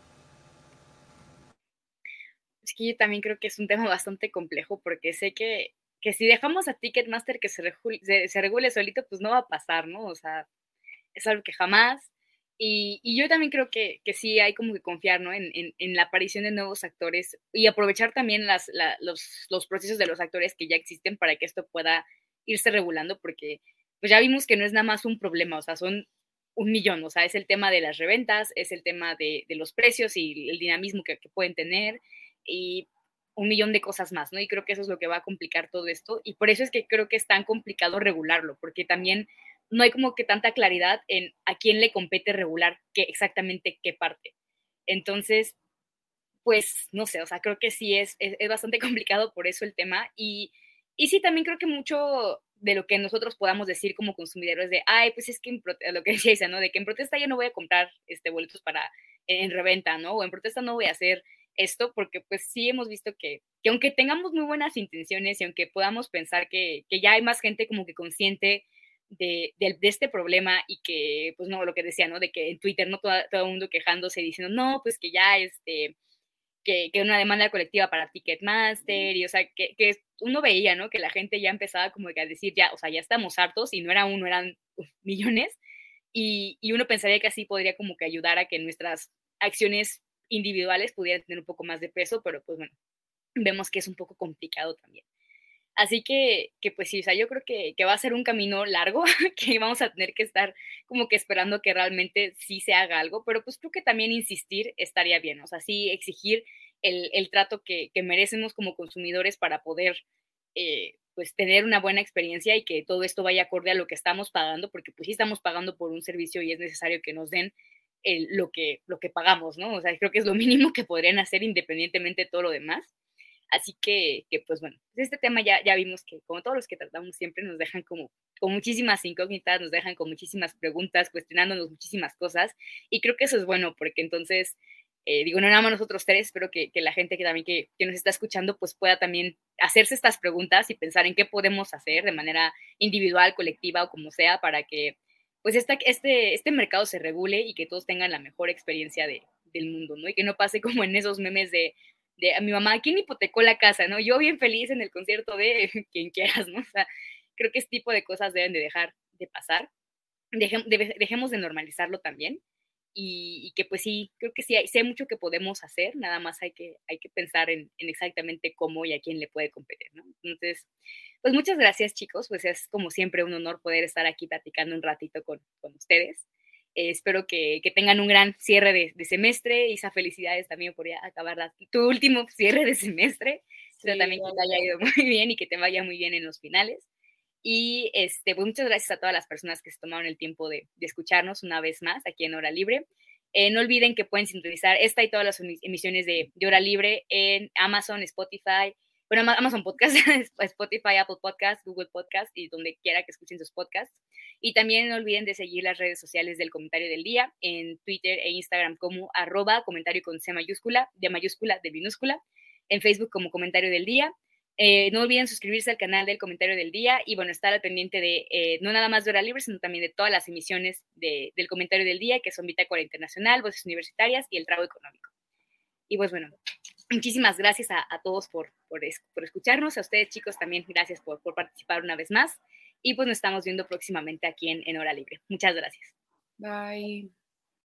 B: Es que yo también creo que es un tema bastante complejo porque sé que, que si dejamos a Ticketmaster que se regule, se, se regule solito, pues no va a pasar, ¿no? O sea, es algo que jamás. Y, y yo también creo que, que sí hay como que confiar, ¿no? En, en, en la aparición de nuevos actores y aprovechar también las, la, los, los procesos de los actores que ya existen para que esto pueda irse regulando, porque pues ya vimos que no es nada más un problema, o sea, son un millón, o sea, es el tema de las reventas, es el tema de, de los precios y el dinamismo que, que pueden tener y un millón de cosas más, ¿no? Y creo que eso es lo que va a complicar todo esto y por eso es que creo que es tan complicado regularlo, porque también no hay como que tanta claridad en a quién le compete regular qué, exactamente qué parte. Entonces, pues, no sé, o sea, creo que sí es, es, es bastante complicado por eso el tema. Y, y sí, también creo que mucho de lo que nosotros podamos decir como consumidores de, ay, pues es que en lo que decía Isa, ¿no? De que en protesta yo no voy a comprar este, boletos para en reventa, ¿no? O en protesta no voy a hacer esto, porque pues sí hemos visto que, que aunque tengamos muy buenas intenciones y aunque podamos pensar que, que ya hay más gente como que consciente de, de, de, este problema y que, pues no, lo que decía, ¿no? De que en Twitter no todo, todo el mundo quejándose diciendo, no, pues que ya, este, que, que una demanda colectiva para Ticketmaster y, o sea, que, que uno veía, ¿no? Que la gente ya empezaba como que a decir, ya, o sea, ya estamos hartos y no era uno, eran uf, millones y, y uno pensaría que así podría como que ayudar a que nuestras acciones individuales pudieran tener un poco más de peso, pero pues bueno, vemos que es un poco complicado también. Así que, que pues sí, o sea, yo creo que, que va a ser un camino largo, que vamos a tener que estar como que esperando que realmente sí se haga algo, pero pues creo que también insistir estaría bien, o sea, sí exigir el, el trato que, que merecemos como consumidores para poder eh, pues tener una buena experiencia y que todo esto vaya acorde a lo que estamos pagando, porque pues sí estamos pagando por un servicio y es necesario que nos den el, lo, que, lo que pagamos, ¿no? O sea, creo que es lo mínimo que podrían hacer independientemente de todo lo demás. Así que, que, pues bueno, este tema ya, ya vimos que como todos los que tratamos siempre nos dejan como con muchísimas incógnitas, nos dejan con muchísimas preguntas, cuestionándonos muchísimas cosas y creo que eso es bueno porque entonces, eh, digo, no nada más nosotros tres, espero que, que la gente que también que, que nos está escuchando pues pueda también hacerse estas preguntas y pensar en qué podemos hacer de manera individual, colectiva o como sea para que pues esta, este, este mercado se regule y que todos tengan la mejor experiencia de, del mundo, ¿no? Y que no pase como en esos memes de de a mi mamá, ¿quién hipotecó la casa? ¿No? Yo bien feliz en el concierto de quien quieras, ¿no? O sea, creo que este tipo de cosas deben de dejar de pasar. Dejem, de, dejemos de normalizarlo también. Y, y que pues sí, creo que sí hay, sí hay mucho que podemos hacer, nada más hay que, hay que pensar en, en exactamente cómo y a quién le puede competir, ¿no? Entonces, pues muchas gracias, chicos, pues es como siempre un honor poder estar aquí platicando un ratito con, con ustedes. Eh, espero que, que tengan un gran cierre de, de semestre. Isa, felicidades también por ya acabar la, tu último cierre de semestre. Sí, pero también que te haya ido muy bien y que te vaya muy bien en los finales. Y este, pues muchas gracias a todas las personas que se tomaron el tiempo de, de escucharnos una vez más aquí en Hora Libre. Eh, no olviden que pueden sintonizar esta y todas las emisiones de, de Hora Libre en Amazon, Spotify, bueno, Amazon Podcast, Spotify, Apple Podcast, Google Podcast y donde quiera que escuchen sus podcasts. Y también no olviden de seguir las redes sociales del Comentario del Día en Twitter e Instagram como arroba comentario con C mayúscula, de mayúscula, de minúscula, en Facebook como Comentario del Día. Eh, no olviden suscribirse al canal del Comentario del Día y, bueno, estar al pendiente de, eh, no nada más de Hora Libre, sino también de todas las emisiones de, del Comentario del Día, que son Bitácora Internacional, Voces Universitarias y El Trago Económico. Y pues bueno, muchísimas gracias a, a todos por, por, por escucharnos, a ustedes, chicos, también gracias por, por participar una vez más y pues nos estamos viendo próximamente aquí en, en Hora Libre. Muchas gracias.
C: Bye.